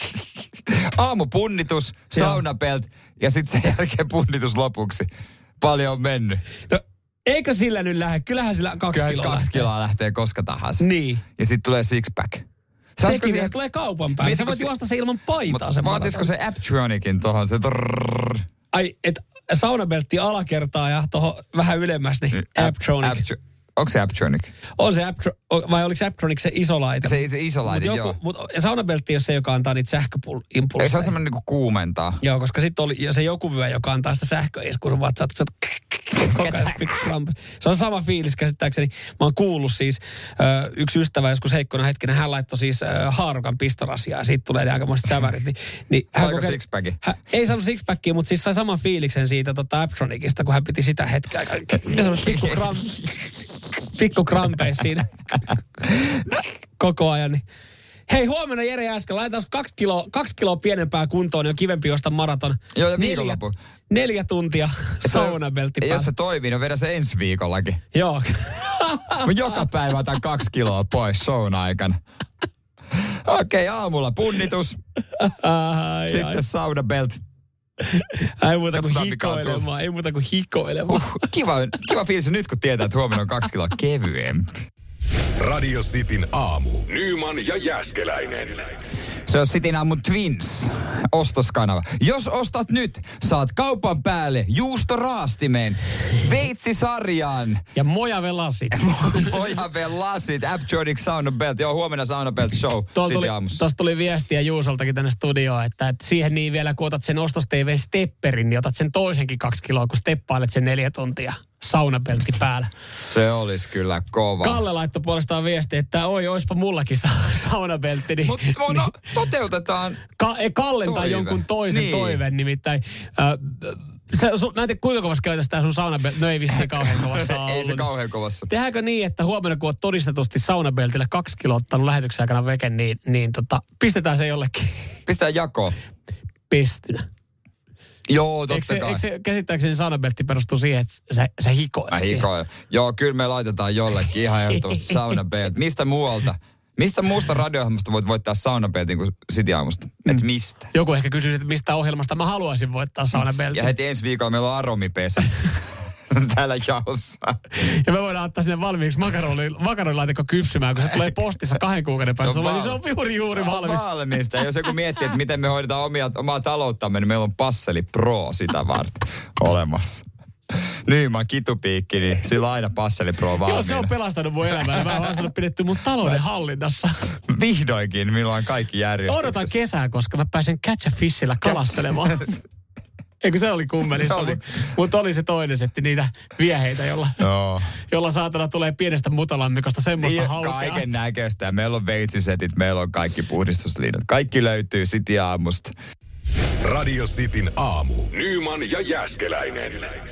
Aamupunnitus, saunabelt ja sitten sen jälkeen punnitus lopuksi. Paljon on mennyt. No, eikö sillä nyt lähde? Kyllähän sillä kaksi Kyllä kiloa kaksi lähtee. kiloa lähtee koska tahansa. Niin. Ja sitten tulee six-pack. Sekin vielä tulee kaupan päälle. Sä voit juosta se ilman paitaa. Mutta vaatisiko se Apptronicin tohon? Se trrrr. Ai, et saunabeltti alakertaa ja tohon vähän ylemmäs, niin Apptronic. onko se Apptronic? On se Apptronic, vai oliko se Apptronic se iso laite? Se, se iso laite, mut joo. Mutta saunabeltti on se, joka antaa niitä sähköimpulseja. Ei se ole semmoinen niinku kuumentaa. Joo, koska sitten oli se joku vyö, joka antaa sitä sähköiskua, sun vatsaat, sä koko ajan se on sama fiilis käsittääkseni. Mä oon kuullut siis, ö, yksi ystävä joskus heikkona hetkenä, hän laittoi siis ö, haarukan pistorasia ja siitä tulee ne aikamoiset sävärit. Niin, niin saiko sixpackin? Ei saanut sixpackia, mutta siis sai saman fiiliksen siitä tota Apptronicista, kun hän piti sitä hetkeä. Mitä se on pikku kram, pikku krampeissa siinä koko ajan. Niin. Hei, huomenna Jere Jääskä, laitetaan kaksi kiloa, kaksi kiloa pienempää kuntoon, niin on kivempi josta maraton. Joo, ja viikonloppu. Neljä, neljä tuntia saunabeltti päällä. Jos se toimii, niin vedä se ensi viikollakin. Joo. Mä joka päivä otan kaksi kiloa pois shown aikana. Okei, okay, aamulla punnitus. Ai, sitten ai. Saunabelt. Ei muuta kuin hikoilemaan, ei muuta kuin hikoilemaan. Uh, kiva, kiva fiilis nyt, kun tietää, että huomenna on kaksi kiloa kevyempi. Radio Cityn aamu. Nyman ja Jääskeläinen. Se on Cityn aamu Twins, ostoskanava. Jos ostat nyt, saat kaupan päälle juustoraastimeen, veitsisarjan. Ja Mojave-lasit. Mojave-lasit, Apptronic Saunabelt. Joo, huomenna Saunabelt show City aamussa. Tuossa tuli viestiä Juusoltakin tänne studioon, että, että siihen niin vielä kun otat sen Ostos T V stepperin, niin otat sen toisenkin kaksi kiloa, kun steppailet sen neljä tuntia. Saunabeltti päällä. Se olisi kyllä kova. Kalle laittoi puolestaan viestiä, että oi, oispa mullakin sa- saunabeltti. Niin, Mutta no, toteutetaan Ka- Kallen tai jonkun toisen niin. toiveen nimittäin. Äh, se, su, näitä kuinka kovassa käytössä tää sun saunabeltti? No ei vissiin kauhean kovassa ollut. Ei se kauhean kovassa. Tehdäänkö niin, että huomenna kun oot todistetusti saunabeltillä kaksi kiloa ottanut lähetyksen aikana veken, niin, niin tota, pistetään se jollekin. Pistetään jakoon. Pestynä. Joo, totta eikö se, kai. Eikö se käsittääkseni saunabeltti perustuu siihen, että sä, sä hikoilet Mä hikoilen. Joo, kyllä me laitetaan jollekin ihan ehdottomasti saunabelt. Mistä muualta? Mistä muusta radio-ohjelmasta voit voittaa saunabeltin kuin City aamusta? Mm. Et mistä? Joku ehkä kysyisi, että mistä ohjelmasta mä haluaisin voittaa saunabeltin. Ja heti ensi viikolla meillä on aromipesä. Täällä jaossa. Ja me voidaan ottaa sinne valmiiksi makaronilaatikko kypsymään, kun se tulee postissa kahden kuukauden päästä. Se on, niin se on juuri juuri se valmis. On valmista. Jos joku miettii, että miten me hoidetaan omia, omaa talouttamme, niin meillä on Passeli Pro sitä varten olemassa. Nyman kitupiikki, niin sillä on aina Passeli Pro valmiina. Joo, se on pelastanut mun elämää. Mä oon saanut pidetty mun talouden hallinnassa. Vihdoinkin, milloin on kaikki järjestyksessä. Odotan kesää, koska mä pääsen catch a fishillä kalastelemaan. Eikö se oli kummelista, oli. Mutta mut oli se toinen setti niitä vieheitä, jolla, Joo. jolla saatana tulee pienestä mutalammikosta semmoista niin, haukea. Kaiken näköistä. Meillä on veitsisetit, meillä on kaikki puhdistusliinat. Kaikki löytyy City aamusta. Radio Cityn aamu. Nyman ja Jääskeläinen.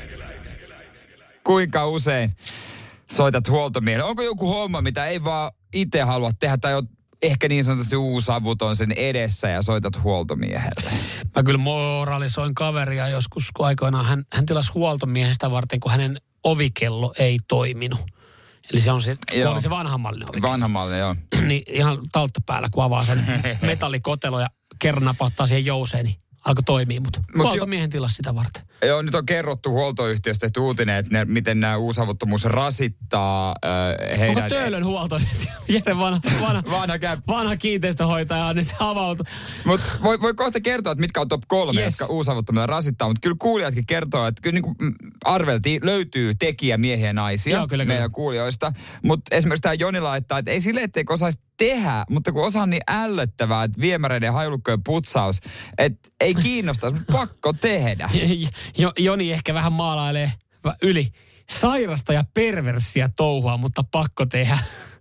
Kuinka usein soitat huoltomiehelle? Onko joku homma, mitä ei vaan itse halua tehdä tai on ehkä niin sanotusti uusavuton sen edessä ja soitat huoltomiehelle? Mä kyllä moralisoin kaveria joskus, kun aikoinaan hän, hän tilasi huoltomiehen sitä varten, kun hänen ovikello ei toiminut. Eli se on se, oli se vanhamallinen ovikello. Vanhamallinen, joo. Niin ihan taltta päällä, kun avaa sen metallikotelo ja kerran napauttaa siihen jouseen, niin alkoi toimia, mutta Mut huoltomiehen tilasi sitä varten. Joo, nyt on kerrottu huoltoyhtiöstä tehty uutinen, että ne, miten nämä uusavuttomuus rasittaa äh, heidän... Onko Töölön huoltoyhtiö? Jere vanha, vanha, vanha, käy... vanha kiinteistöhoitaja on nyt avautu. Mutta voi, voi kohta kertoa, että mitkä on top kolme, yes. jotka uusavuttomilla rasittaa. Mutta kyllä kuulijatkin kertoo, että kyllä niin kuin arveltiin, löytyy tekijä, miehiä ja naisia Joo, kyllä, meidän kyllä. kuulijoista. Mutta esimerkiksi tämä Joni laittaa, että ei silleen, etteikö osaisi tehdä, mutta kun osa on niin ällöttävää, että viemäreiden hajulukkojen putsaus, että ei kiinnostaisi, mutta pakko tehdä. Jo, Joni ehkä vähän maalailee yli sairasta ja perversiä touhua, mutta pakko tehdä.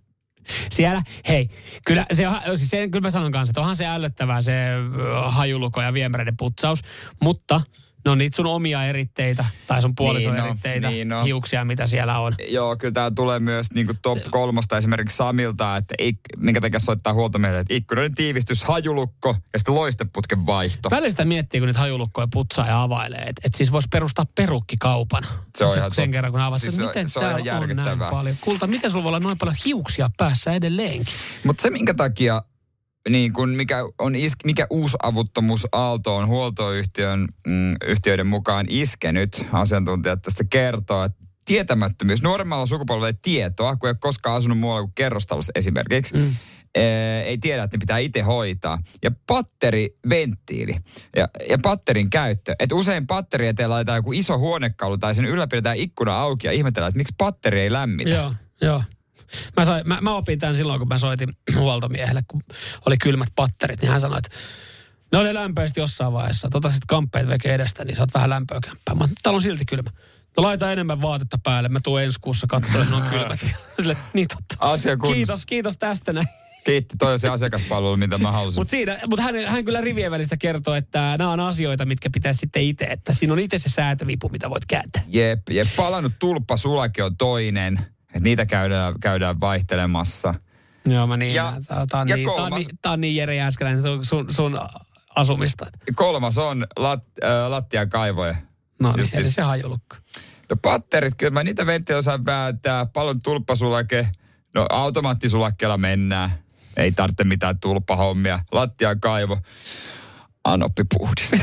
Siellä, hei, kyllä, se on, siis se, kyllä mä sanon kanssa, että onhan se ällöttävää se hajuluko ja viemäreiden putsaus, mutta ne on niitä sun omia eritteitä tai sun puolison niin no, eritteitä, niin no. hiuksia, mitä siellä on. Joo, kyllä tää tulee myös niin kuin top kolmosta esimerkiksi Samilta, että ik, minkä takia soittaa huoltomiehelle, että ikkunoiden tiivistys, hajulukko ja sitten loisteputken vaihto. Välillä sitä miettii, kun niitä hajulukkoja putsaa ja availee, että et siis voisi perustaa perukkikaupan. Se on se, ihan sen kerran, kun avaat, siis miten se tää on, on näin paljon. Kulta, miten sulla voi olla noin paljon hiuksia päässä edelleenkin? Mutta se minkä takia... Niin kun mikä, on is, mikä uusavuttomuusaalto on huoltoyhtiön mm, yhtiöiden mukaan iskenyt, asiantuntijat tästä kertoo, että tietämättömyys. Nuoremmalla sukupolvella ei tietoa, kun ei ole koskaan asunut muualla kuin kerrostalossa esimerkiksi. Mm. Ee, ei tiedä, että ne pitää itse hoitaa. Ja patteriventtiili ja, ja patterin käyttö. Että usein patteri eteen laitetaan joku iso huonekalu tai sen ylläpidetään ikkuna auki ja ihmetellään, että miksi patteri ei lämmitä. Joo. Joo. Mä, sain, mä, mä opin tämän silloin, kun mä soitin huoltomiehelle, kun oli kylmät patterit, niin hän sanoi, että ne oli lämpöisesti jossain vaiheessa. Tota sit kamppeet veke edestä, niin saat vähän lämpöä kämppää. Mä täällä on silti kylmä. No laita enemmän vaatetta päälle. Mä tuun ensi kuussa katsoa, jos on kylmät. Sille, niin totta. Asia kunnossa. Kiitos, kiitos tästä näin. Kiitti, toi on se asiakaspalvelu, mitä mä halusin. Mutta mut hän, hän kyllä rivien välistä kertoo, että nämä on asioita, mitkä pitäisi sitten itse, että siinä on itse se säätövipu, mitä voit kääntää. Jep, jep. Palannut tulppasulake on toinen. Että niitä käydään, käydään vaihtelemassa. Joo, mä niin. Ja, Tämä on, niin, on, niin, on niin Jere Jääskeläinen sun, sun, sun asumista. Kolmas on lat, äh, lattian kaivoja. No niin, eli se hajulukka. No patterit, kyllä mä niitä venttiä osaan vääntää. Paljon tulppasulake. No automaattisulakkeella mennään. Ei tarvitse mitään tulppahommia. Lattian kaivo. Anoppi puhdistaa.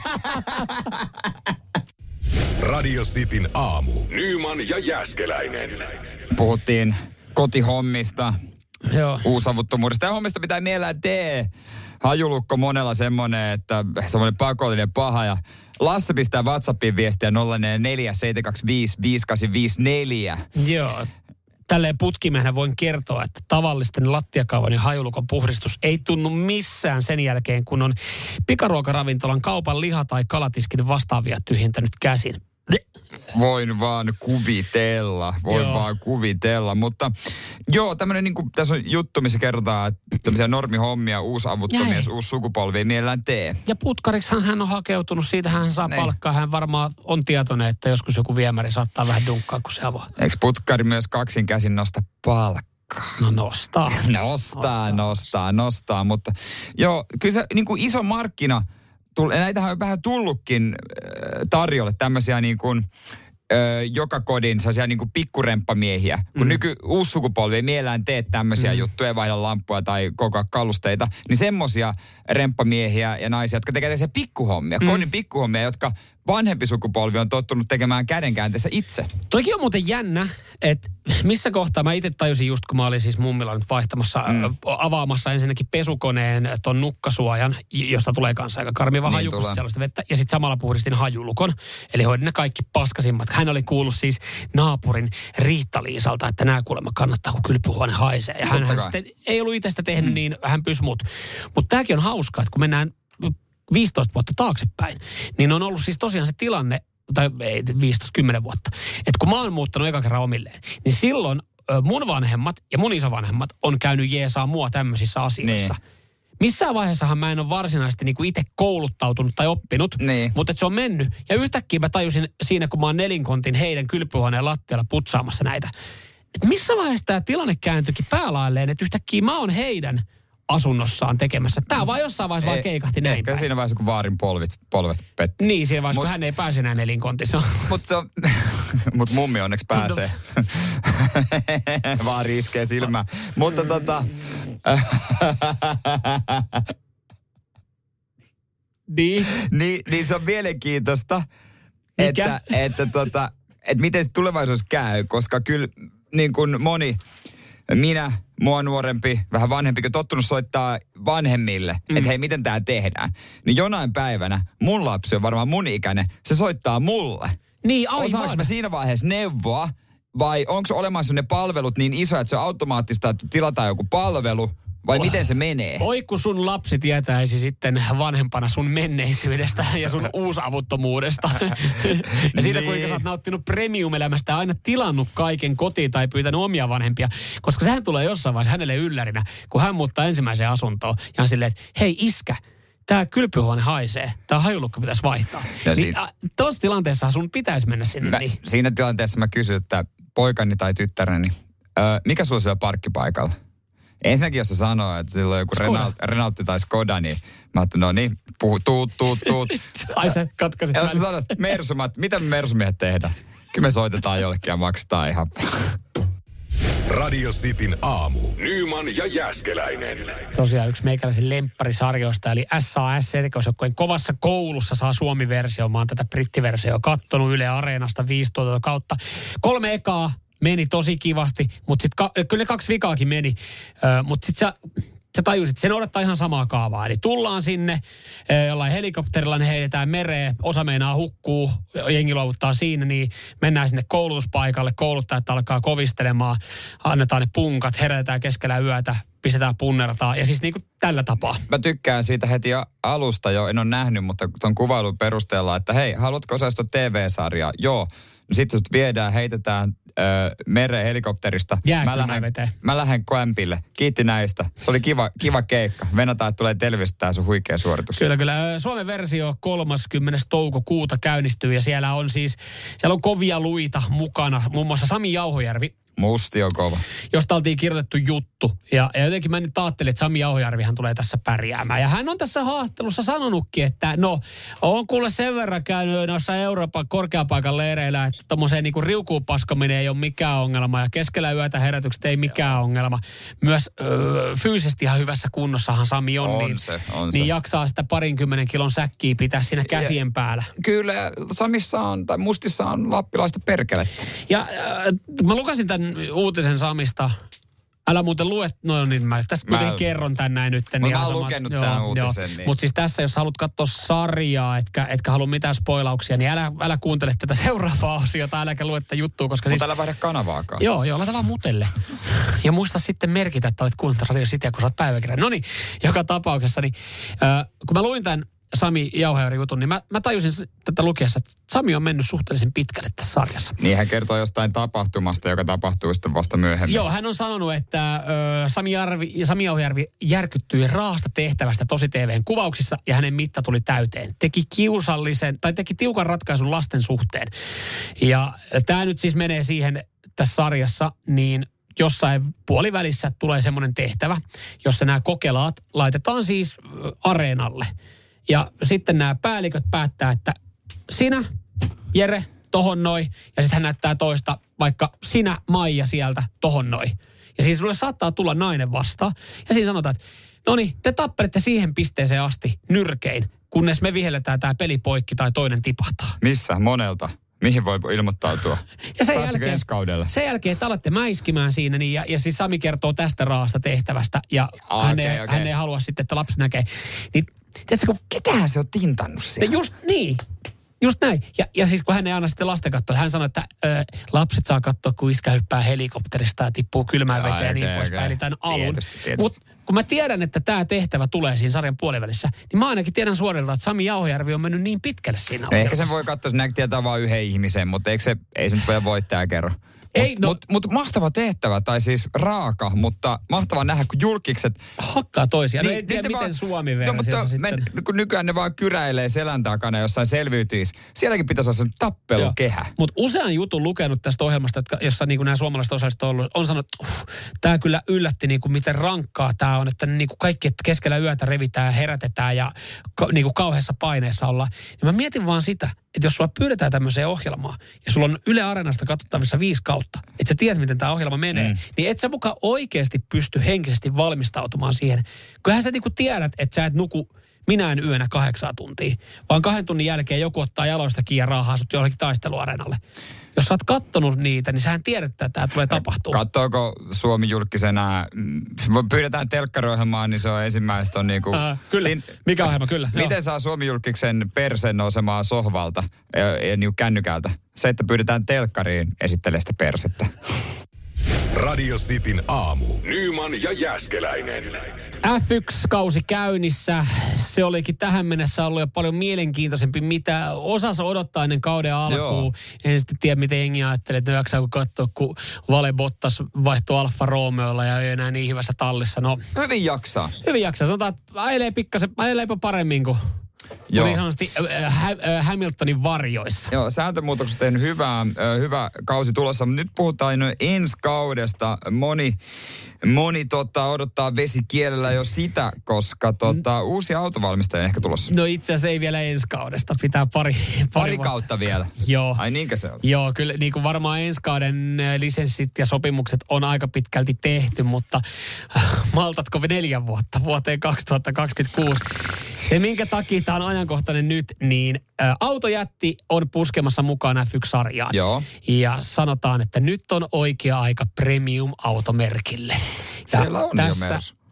Radio Cityn aamu. Nyman ja Jääskeläinen. Puhuttiin kotihommista, Joo. uusavuttomuudesta. Ja hommista pitää mielellä tee. Hajulukko monella semmoinen, että semmoinen pakollinen paha. Ja Lasse pistää WhatsAppiin viestiä nolla neljä seitsemän kaksi viisi viisi kahdeksan viisi neljä. Joo. Tälleen putkimiehenä voin kertoa, että tavallisten lattiakaivan ja hajulukon puhdistus ei tunnu missään sen jälkeen, kun on pikaruokaravintolan kaupan liha- tai kalatiskin vastaavia tyhjentänyt käsin. Voin vaan kuvitella, voin joo. vaan kuvitella, mutta joo, tämmöinen niin kuin tässä on juttu, missä kerrotaan, että tämmöisiä normihommia, uusavuttomia, uusi sukupolvi mielellään tee. Ja putkariksi hän on hakeutunut, siitä hän saa Nein. palkkaa, hän varmaan on tietoinen, että joskus joku viemäri saattaa vähän dunkkaa, kun se avaa. Eikö putkari myös kaksin käsin nosta palkkaa? No nostaa. nostaa, nostaa, nostaa, nostaa, mutta joo, kyllä se niin kuin iso markkina, näitähän on vähän tullutkin tarjolle tämmöisiä niin kuin ö, joka kodin sellaisia niin kuin pikkuremppamiehiä. Kun mm. nyky uusi sukupolvi ei mielellään tee tämmöisiä mm. juttuja, vaihda lampuja tai koko kalusteita, niin semmoisia remppamiehiä ja naisia, jotka tekevät tämmöisiä pikkuhommia, mm. kodin pikkuhommia, jotka vanhempi sukupolvi on tottunut tekemään kädenkäänteessä itse. Toikin on muuten jännä, että missä kohtaa mä itse tajusin just, kun mä olin siis mummilla nyt vaihtamassa, mm. avaamassa ensinnäkin pesukoneen ton nukkasuojan, josta tulee kanssa aika karmiva niin haju, kun sellaista vettä. Ja sitten samalla puhdistin hajulukon, eli hoidin ne kaikki paskasimmat. Hän oli kuullut siis naapurin Riitta-Liisalta, että nämä kuulemma kannattaa, kun kylpyhuone haisee. Ja hän, hän sitten ei ollut itse sitä tehnyt, mm. niin hän pysyi mut. Mutta tämäkin on hauskaa, että kun mennään viisitoista vuotta taaksepäin, niin on ollut siis tosiaan se tilanne, tai ei viisitoista kymmenen vuotta, että kun mä oon muuttanut eka kerran omilleen, niin silloin mun vanhemmat ja mun isovanhemmat on käynyt jeesaa mua tämmöisissä asioissa. Niin. Missään vaiheessahan mä en ole varsinaisesti niinku itse kouluttautunut tai oppinut, niin. Mutta se on mennyt. Ja yhtäkkiä mä tajusin siinä, kun mä oon nelinkontin heidän kylpyhuoneen lattialla putsaamassa näitä, että missä vaiheessa tämä tilanne kääntyikin päälailleen, että yhtäkkiä mä oon heidän asunnossaan tekemässä. Tämä vaan jossain vaiheessa vaan keikahti näin päin. Siinä vaiheessa, kun vaarin polvit, polvet petti. Niin, siinä vaiheessa, mut, kun hän ei pääse enää nelinkontissa. Mutta se on, mut mummi onneksi pääsee. Vaari iskee silmään. Mutta tota... niin. niin. Niin se on mielenkiintoista, että, että, tota, että miten se tulevaisuus käy, koska kyllä niin kuin moni... Minä, mua nuorempi, vähän vanhempi, kun tottunut soittaa vanhemmille, mm. että hei, miten tää tehdään. Niin jonain päivänä mun lapsi on varmaan mun ikäinen, se soittaa mulle. Niin, aivan. Osaanko mä siinä vaiheessa neuvoa, vai onko olemassa ne palvelut niin isoja, että se on automaattista, että tilataan joku palvelu, vai oh. miten se menee? Oi, kun sun lapsi tietäisi sitten vanhempana sun menneisyydestä ja sun uusavuttomuudesta. ja siitä, niin. kuinka sä oot nauttinut premium-elämästä ja aina tilannut kaiken kotiin tai pyytänyt omia vanhempia. Koska sehän tulee jossain vaiheessa hänelle yllärinä, kun hän muuttaa ensimmäiseen asuntoon. Ja on silleen, että hei iskä, tää kylpyhuone haisee. Tää hajulukko pitäisi vaihtaa. No, niin, tuossa tilanteessa sun pitäisi mennä sinne. Mä, niin. Siinä tilanteessa mä kysyn, että poikani tai tyttäreni, ö, mikä sulla siellä parkkipaikalla? Ensinnäkin, jos se sanoo, että sillä on joku Renault, Renault tai Skoda, niin mä ajattelin, no niin, puhu, tuut, tuut, tuut. Ai se katkaisi. Ja jos sä sanot, Mersumat, mitä me Mersumiehet tehdään? Kyllä me soitetaan jollekin ja maksetaan ihan. Radio Cityn aamu. Nyman ja Jääskeläinen. Tosiaan yksi meikäläisen lempparisarjoista, eli S A S-erikoisjoukkueen kovassa koulussa saa Suomi-versio. Mä oon tätä brittiversiota kattonut Yle Areenasta viisi tuota kautta. Kolme ekaa. Meni tosi kivasti, mutta sitten ka- kyllä ne kaksi vikaakin meni. Ö, mutta sitten sä tajusit, se noudattaa ihan samaa kaavaa. Eli tullaan sinne, jollain helikopterilla ne heitetään mereen, osa meinaa hukkuu, jengi luovuttaa siinä, niin mennään sinne koulutuspaikalle, kouluttajat alkaa kovistelemaan, annetaan ne punkat, herätetään keskellä yötä, pistetään punnertaa ja siis niin kuin tällä tapaa. Mä tykkään siitä heti alusta jo, en ole nähnyt, mutta tuon kuvailun perusteella, että hei, haluatko osallistua T V-sarjaa? Joo. Sitten sut viedään, heitetään ö, mereen helikopterista. Mä lähden, mä lähden kämpille. Kiitti näistä. Se oli kiva, kiva keikka. Venataan, että tulee televisiosta tää sun huikea suoritus. Kyllä, kyllä. Suomen versio kolmaskymmenes toukokuuta käynnistyy ja siellä on siis, siellä on kovia luita mukana. Muun muassa Sami Jauhojärvi. Musti on kova. Josta oltiin kirjoitettu juttu. Ja, ja jotenkin mä nyt ajattelin, että Sami Jauhojärvihän tulee tässä pärjäämään. Ja hän on tässä haastattelussa sanonutkin, että no, on kuule sen verran käynyt noissa Euroopan korkeapaikan leireillä, että tommoseen niinku riukuun paskominen ei ole mikään ongelma. Ja keskellä yötä herätykset ei mikään ongelma. Myös öö, fyysisesti ihan hyvässä kunnossahan Sami on. On niin, se, on niin se. jaksaa sitä parinkymmenen kilon säkkiä pitää siinä käsien ja, päällä. Kyllä, Samissa on, tai Mustissa on lappilaista perkelettä. Ja äh, mä lukasin tämän uutisen Samista. Älä muuten lue, no niin mä tässä kuitenkin kerron tän näin nyt. Niin mä oon lukenut tämän uutisen. Niin. Mutta siis tässä, jos haluat katsoa sarjaa, etkä, etkä halua mitään spoilauksia, niin älä, älä kuuntele tätä seuraavaa osiota, äläkä lue tätä juttua, koska Mutta siis... älä vaihda kanavaakaan. Joo, joo, laita vaan mutelle. Ja muista sitten merkitä, että olet kuunnellut Radio Cityä, kun sä oot päiväkirjan. No niin, joka tapauksessa, niin äh, kun mä luin tämän Sami Jauhojärvi jutun, niin mä, mä tajusin tätä lukiessa, että Sami on mennyt suhteellisen pitkälle tässä sarjassa. Niin hän kertoo jostain tapahtumasta, joka tapahtuu sitten vasta myöhemmin. Joo, hän on sanonut, että ö, Sami, Jarvi, Sami Jauhojärvi järkyttyi raasta tehtävästä tosi T V:n kuvauksissa ja hänen mitta tuli täyteen. Teki kiusallisen, tai teki tiukan ratkaisun lasten suhteen. Ja tämä nyt siis menee siihen tässä sarjassa, niin jossain puolivälissä tulee semmoinen tehtävä, jossa nämä kokelaat laitetaan siis areenalle. Ja sitten nämä päälliköt päättää, että sinä, Jere, tohon noi. Ja sitten hän näyttää toista, vaikka sinä, Maija, sieltä tohon noi. Ja siis sulle saattaa tulla nainen vastaan. Ja siinä sanotaan, että no niin, te tappelette siihen pisteeseen asti nyrkein, kunnes me vihelletään tämä peli poikki tai toinen tipahtaa. Missä? Monelta? Mihin voi ilmoittautua? Ja sen jälkeen, sen jälkeen, että alatte mäiskimään siinä, niin ja, ja siis Sami kertoo tästä raasta tehtävästä, ja okay, hän, ei, okay. hän ei halua sitten, että lapsi näkee. Niin, tiedätkö, kun ketään se on tintannut siellä? Just niin. Just näin. Ja, ja siis kun hän ei anna sitten lasten katsoa, hän sanoi, että ö, lapset saa katsoa, kun iskä hyppää helikopterista ja tippuu kylmään veteen ja niin okay, poispäin. Okay. Eli tämän alun. Mutta kun mä tiedän, että tämä tehtävä tulee siinä sarjan puolivälissä, niin mä ainakin tiedän suorilta, että Sami Jauhojärvi on mennyt niin pitkälle siinä. No ehkä sen voi katsoa, että tietää vain yhden ihmisen, mutta eikö se, ei se nyt voi voittaja kerro. Mutta no, mut, mut mahtava tehtävä, tai siis raaka, mutta mahtava nähdä, kun julkikset... Hakkaa toisiaan. Niin, no en tiedä, miten vaan, Suomi-versio no, mutta sitten... Men, kun nykyään ne vaan kyräilee selän takana jossain selviytyisi. Sielläkin pitäisi olla sen tappelukehä. Mutta usean jutun lukenut tästä ohjelmasta, jossa niin nämä suomalaiset osallistut on ollut, on sanonut, että uh, tämä kyllä yllätti, niin kuin miten rankkaa tämä on, että niin kuin kaikki että keskellä yötä revitään ja herätetään ja niin kuin kauheassa paineessa ollaan. Ja mä mietin vaan sitä, että jos sua pyydetään tämmöiseen ohjelmaan ja sulla on Yle Areenasta katsottavissa viisi kautta, että sä tiedät, miten tämä ohjelma menee, mm. niin et sä mukaan oikeasti pysty henkisesti valmistautumaan siihen. Kyllähän sä niinku tiedät, että sä et nuku minä en yönä kahdeksaa tuntia, vaan kahden tunnin jälkeen joku ottaa jaloista kiinni ja raahaa sut jollekin taisteluareenalle. Jos sä oot kattonut niitä, niin sähän tiedät, että tämä tulee tapahtumaan. Katsoako Suomi julkisena, pyydetään telkkariohjelmaan, niin se on ensimmäistä on niinku... Uh, kyllä, siin, mikä ohjelma, kyllä. Miten joo. saa Suomi julkiksen persen nousemaan sohvalta ja, ja niinku kännykältä? Se, että pyydetään telkkariin, esittelee sitä persettä. Radio Cityn aamu. Nyman ja Jääskeläinen. F yksi-kausi käynnissä. Se olikin tähän mennessä ollut jo paljon mielenkiintoisempi, mitä osassa odottaa ennen kauden alkuun. En sitten tiedä, miten jengi ajattelee, että jaksaa kun katsoa, kun Vale Bottas vaihtui Alfa Romeolla ja ei enää niin hyvässä tallissa. No, hyvin jaksaa. Hyvin jaksaa. Sanotaan, että ajelee pikkasen, ajeleepa paremmin kuin... Joo. Niin sanotusti äh, äh, Hamiltonin varjoissa. Joo, sääntömuutokset on tehnyt hyvää, äh, hyvä kausi tulossa, mutta nyt puhutaan no ensi kaudesta. Moni, moni tota, odottaa vesikielellä jo sitä, koska tota, mm. uusi autovalmistaja ehkä tulossa. No itse asiassa ei vielä ensi kaudesta, pitää pari... Pari, pari kautta vielä? Joo. Ai niinkö se on? Joo, kyllä niin kuin varmaan ensi kauden lisenssit ja sopimukset on aika pitkälti tehty, mutta äh, maltatko neljän vuotta vuoteen kaksituhattakaksikymmentäkuusi? Se, minkä takia tämä on ajankohtainen nyt, niin ä, autojätti on puskemassa mukaan F yksi-sarjaan. Joo. Ja sanotaan, että nyt on oikea aika premium-automerkille. Ja siellä on tässä, jo myös.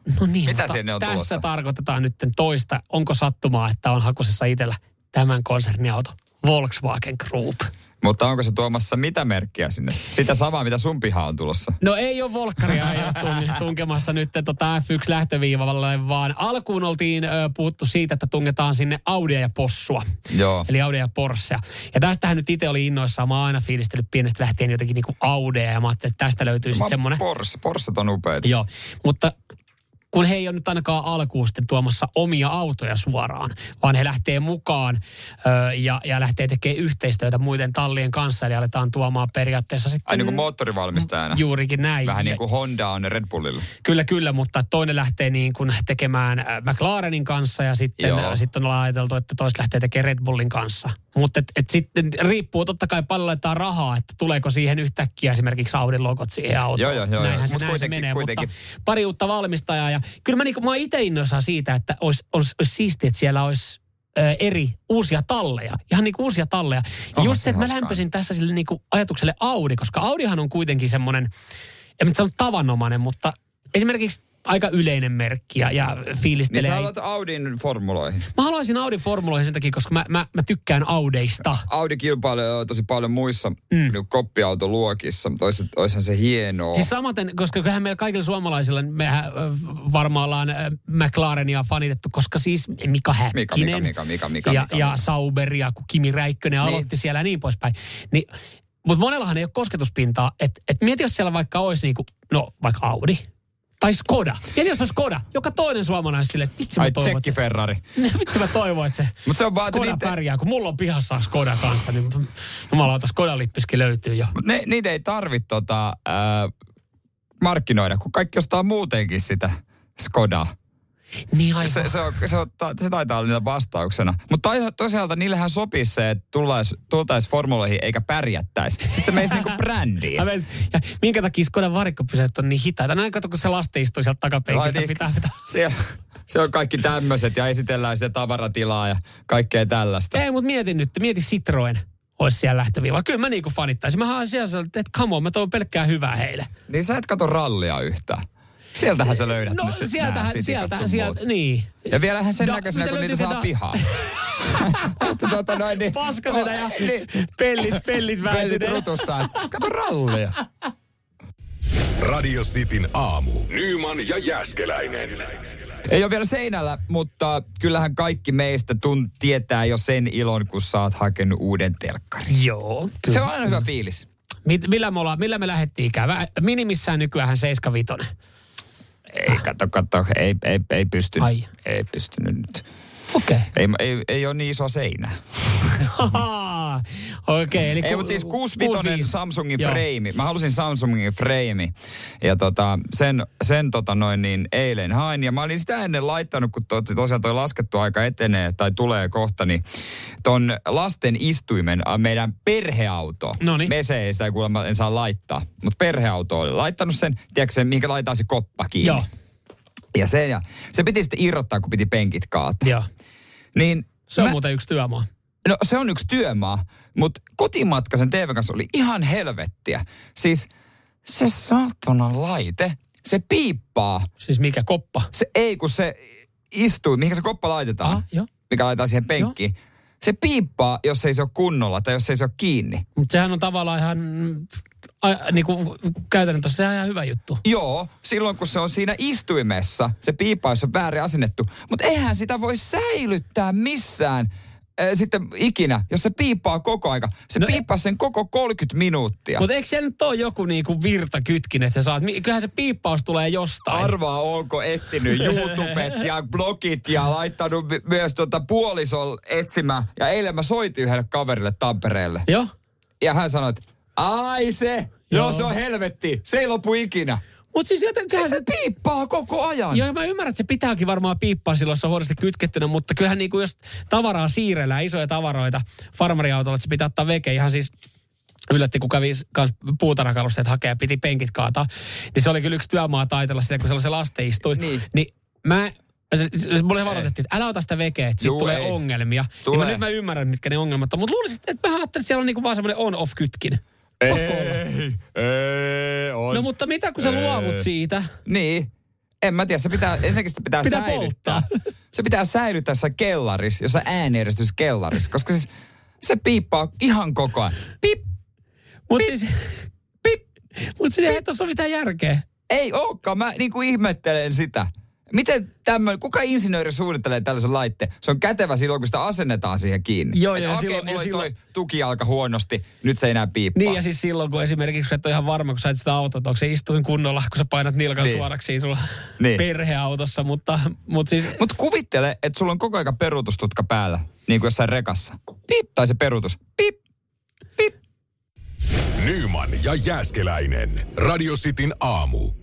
No niin, mitä sinne on tässä tulossa? tarkoitetaan nyt toista. Onko sattumaa, että on hakusessa itsellä tämän konserniauto? Volkswagen Group. Mutta onko se tuomassa mitä merkkiä sinne? Sitä samaa, mitä sun pihaan on tulossa. No ei ole Volkkaria, ei ole tunkemassa nyt tota F yksi lähtöviivalle, vaan alkuun oltiin ö, puhuttu siitä, että tungetaan sinne Audia ja Possua. Joo. Eli Audia ja Porschea. Ja tästähän nyt itse oli innoissaan. Mä oon aina fiilistellyt pienestä lähtien jotenkin niinku Audea ja mä ajattelin, että tästä löytyy sitten semmoinen. Porsche, Porschet on upeita. Joo, mutta kun he ei ole nyt ainakaan alkuun sitten tuomassa omia autoja suoraan, vaan he lähtee mukaan ö, ja, ja lähtee tekemään yhteistyötä muiden tallien kanssa, eli aletaan tuomaan periaatteessa sitten... Ai niin kuin moottorivalmistajana. Juurikin näin. Vähän niin kuin Honda on Red Bullilla. Kyllä, kyllä, mutta toinen lähtee niin kuin tekemään McLarenin kanssa ja sitten, sitten on ajateltu, että toiset lähtee tekemään Red Bullin kanssa. Mutta et, et sitten riippuu totta kai paljon laittaa rahaa, että tuleeko siihen yhtäkkiä esimerkiksi Audin logot siihen autoon. Joo, joo, joo. Näinhän se, Mut näin se menee, kuitenkin. Mutta pari uutta valmistajaa. Ja kyllä mä, niinku, mä oon itse innoissaan siitä, että olisi, olisi, olisi siistiä, että siellä olisi ö, eri uusia talleja. Ihan niin kuin uusia talleja. Ja Oho, just se, että mä hauskaa. lämpöisin tässä sille niin kuin ajatukselle Audi, koska Audihan on kuitenkin semmoinen, en nyt sano tavanomainen, mutta esimerkiksi aika yleinen merkki ja, ja fiilistelee. Niin sä haluat Audin formuloihin. Mä haluaisin Audin formuloihin sen takia, koska mä, mä, mä tykkään Audeista. Audi kilpailee tosi paljon muissa Mm. niin koppiautoluokissa, mutta olisi, olisihan se hienoa. Siis samaten, koska kyllähän meillä kaikilla suomalaisilla, mehän äh, varmaan ollaan äh, McLarenia fanitettu, koska siis Mika Häkkinen Mika, Mika, Mika, Mika, ja, Mika, ja Mika. Sauber ja kun Kimi Räikkönen Niin. aloitti siellä ja niin poispäin. Niin, mutta monellahan ei ole kosketuspintaa, että et mieti, jos siellä vaikka olisi niinku, no vaikka Audi tai Skoda. Mieti, jos on Skoda, joka toinen suomalainen sille, että vitsi mä Ai toivon, tsekki että Ferrari. se, vitsi mä toivon, että se, Mut se on vaan, että Skoda niitä- pärjää, kun mulla on pihassa Skoda kanssa, niin jumalauta Skoda-lippiskin löytyy jo. Mutta ne, niitä ei tarvitse tota, äh, markkinoida, kun kaikki ostaa muutenkin sitä Skodaa. Niin aivan. Se, se, on, se, on, se taitaa olla niillä vastauksena. Mutta toisaalta niillähän sopisi se, että tultaisiin formuloihin eikä pärjättäisi. Sitten se meisi niinku brändiin. Ja, ja minkä takia Skodan varikkopysäyt on niin hitaita? Näin kato, kun se laste istuu sieltä takapenkiltä. Niin, Pitää, pitää. Se, se on kaikki tämmöiset ja esitellään sitä tavaratilaa ja kaikkea tällaista. Ei, mutta mietin nyt, mieti Citroen olisi siellä lähtöviivalla. Kyllä mä niinku fanittaisin. Mä haluan siellä, että come on, mä toivon pelkkää hyvää heille. Niin sä et kato rallia yhtään. Sieltähän sä löydät No nyt sit nää sieltähän, sitikat sieltähän, sun sieltä, muut. niin. Ja vielähän sen Da- näköisenä, mitä kun niitä löytyy se saa da- pihaan. Että tota noin niin. Paskasena ja niin. pellit, pellit Pellit vääntyneet. rutussa. Kato rallia. Radio Cityn aamu. Nyman ja Jääskeläinen. Ei ole vielä seinällä, mutta kyllähän kaikki meistä tun tietää jo sen ilon, kun sä oot hakenut uuden telkkarin. Joo, Se kyllä. on aina hyvä fiilis. Mit, millä, me ollaan, millä me lähdettiin ikään? Minimissään nykyään seitsemänkymmentäviisi. Ei, kato, kato, ei, ei, ei pystynyt. Ai. Ei pystynyt nyt. Okei. Okay. Ei, ei, ei ole niin iso seinä. Okei, okay, eli... Ei, ku- mutta siis kuusikymmentäviisi kuusikymmentäviisi. Samsungin Joo. freimi. Mä halusin Samsungin freimi. Ja tota, sen, sen tota noin niin eilen hain. Ja mä olin sitä ennen laittanut, kun to, tosiaan toi laskettu aika etenee tai tulee kohta, niin ton lasten istuimen, äh, meidän perheauto. Noniin. Mese ei sitä kuulemma en saa laittaa. Mutta perheauto oli laittanut sen, tiedätkö sen, mihinkä laitetaan se koppa kiinni. Joo. Ja se, ja se piti sitten irrottaa, kun piti penkit kaataa. Joo. Niin Se on mä- muuten yksi työmaa. No se on yksi työmaa, mutta kotimatka sen T V:n kanssa oli ihan helvettiä. Siis se saatanan laite, se piippaa. Siis mikä koppa? Se ei, kun se istuu, mihin se koppa laitetaan, Ah, joo. mikä laitetaan siihen penkkiin. Se piippaa, jos ei se ole kunnolla tai jos ei se ole kiinni. Mutta sehän on tavallaan ihan, a, niinku käytännössä sehän on ihan hyvä juttu. Joo, silloin kun se on siinä istuimessa, se piippaa, jos on väärin asennettu. Mutta eihän sitä voi säilyttää missään äh, sitten ikinä, jos se piippaa koko aika. Se No no, piippaa sen koko kolmekymmentä minuuttia. Mutta eikö siellä nyt ole joku niinku virtakytkin, että sä saat, kyllähän se piippaus tulee jostain. Arvaa, onko etsinyt YouTubet ja blogit ja laittanut my- myös tuota puolison etsimään. Ja eilen mä soitin yhdelle kaverille Tampereelle. Joo. Ja hän sanoi, että ai se, joo, Joo. se on helvetti, se ei lopu ikinä. Mutta siis jotenkin Se, se piippaa koko ajan. Joo, mä ymmärrän, että se pitääkin varmaan piippaa silloin, jos se on huonosti kytkettynä, mutta kyllähän niinku jos tavaraa siirrellään, isoja tavaroita farmariautolla, että se pitää ottaa veke ihan siis yllätti, kun kävi kans puutarhakalusteet hakea ja piti penkit kaataa, niin se oli kyllä yksi työmaa taitella sille, kun se laste istui. Niin. niin mä, se, se, mulle varoitettiin, että älä ota sitä vekeä, että siitä Juu, tulee ei. ongelmia. Tulee. Niin mä, nyt mä ymmärrän, mitkä ne ongelmat on, mutta luulisin, että mä ajattelin, että siellä on niinku vaan semmoinen on-off-kytkin. Pakko olla. Ei, ei, on. No mutta mitä kun sä Ei. luovut siitä? Niin. En mä tiedä, se pitää, ensinnäkin sitä pitää, pitää säilyttää. Polttaa. Se pitää säilyttää jossain kellarissa, jossain äänieristys kellarissa, koska siis se piippaa ihan koko ajan. Pip, Mut pip, siis, pip. Mut siis ei tuossa ole mitään järkeä. Ei olekaan, mä niinku ihmettelen sitä. Miten tämmöinen, kuka insinööri suunnittelee tällaisen laitteen? Se on kätevä silloin, kun sitä asennetaan siihen kiinni. Joo, et ja okei, silloin, mulla ja silloin... toi tuki alka huonosti, nyt se ei enää piippaa. Niin, ja siis silloin, kun esimerkiksi et ole ihan varma, kun sä et sitä autoa, onko se istuin kunnolla, kun sä painat nilkan niin. suoraksi sulla niin. perheautossa, mutta, mutta siis... Mutta kuvittele, että sulla on koko ajan peruutustutka päällä, niin kuin jossain rekassa. Pip, tai se peruutus. Pip, pip. Nyman ja Jääskeläinen. Radio Cityn aamu.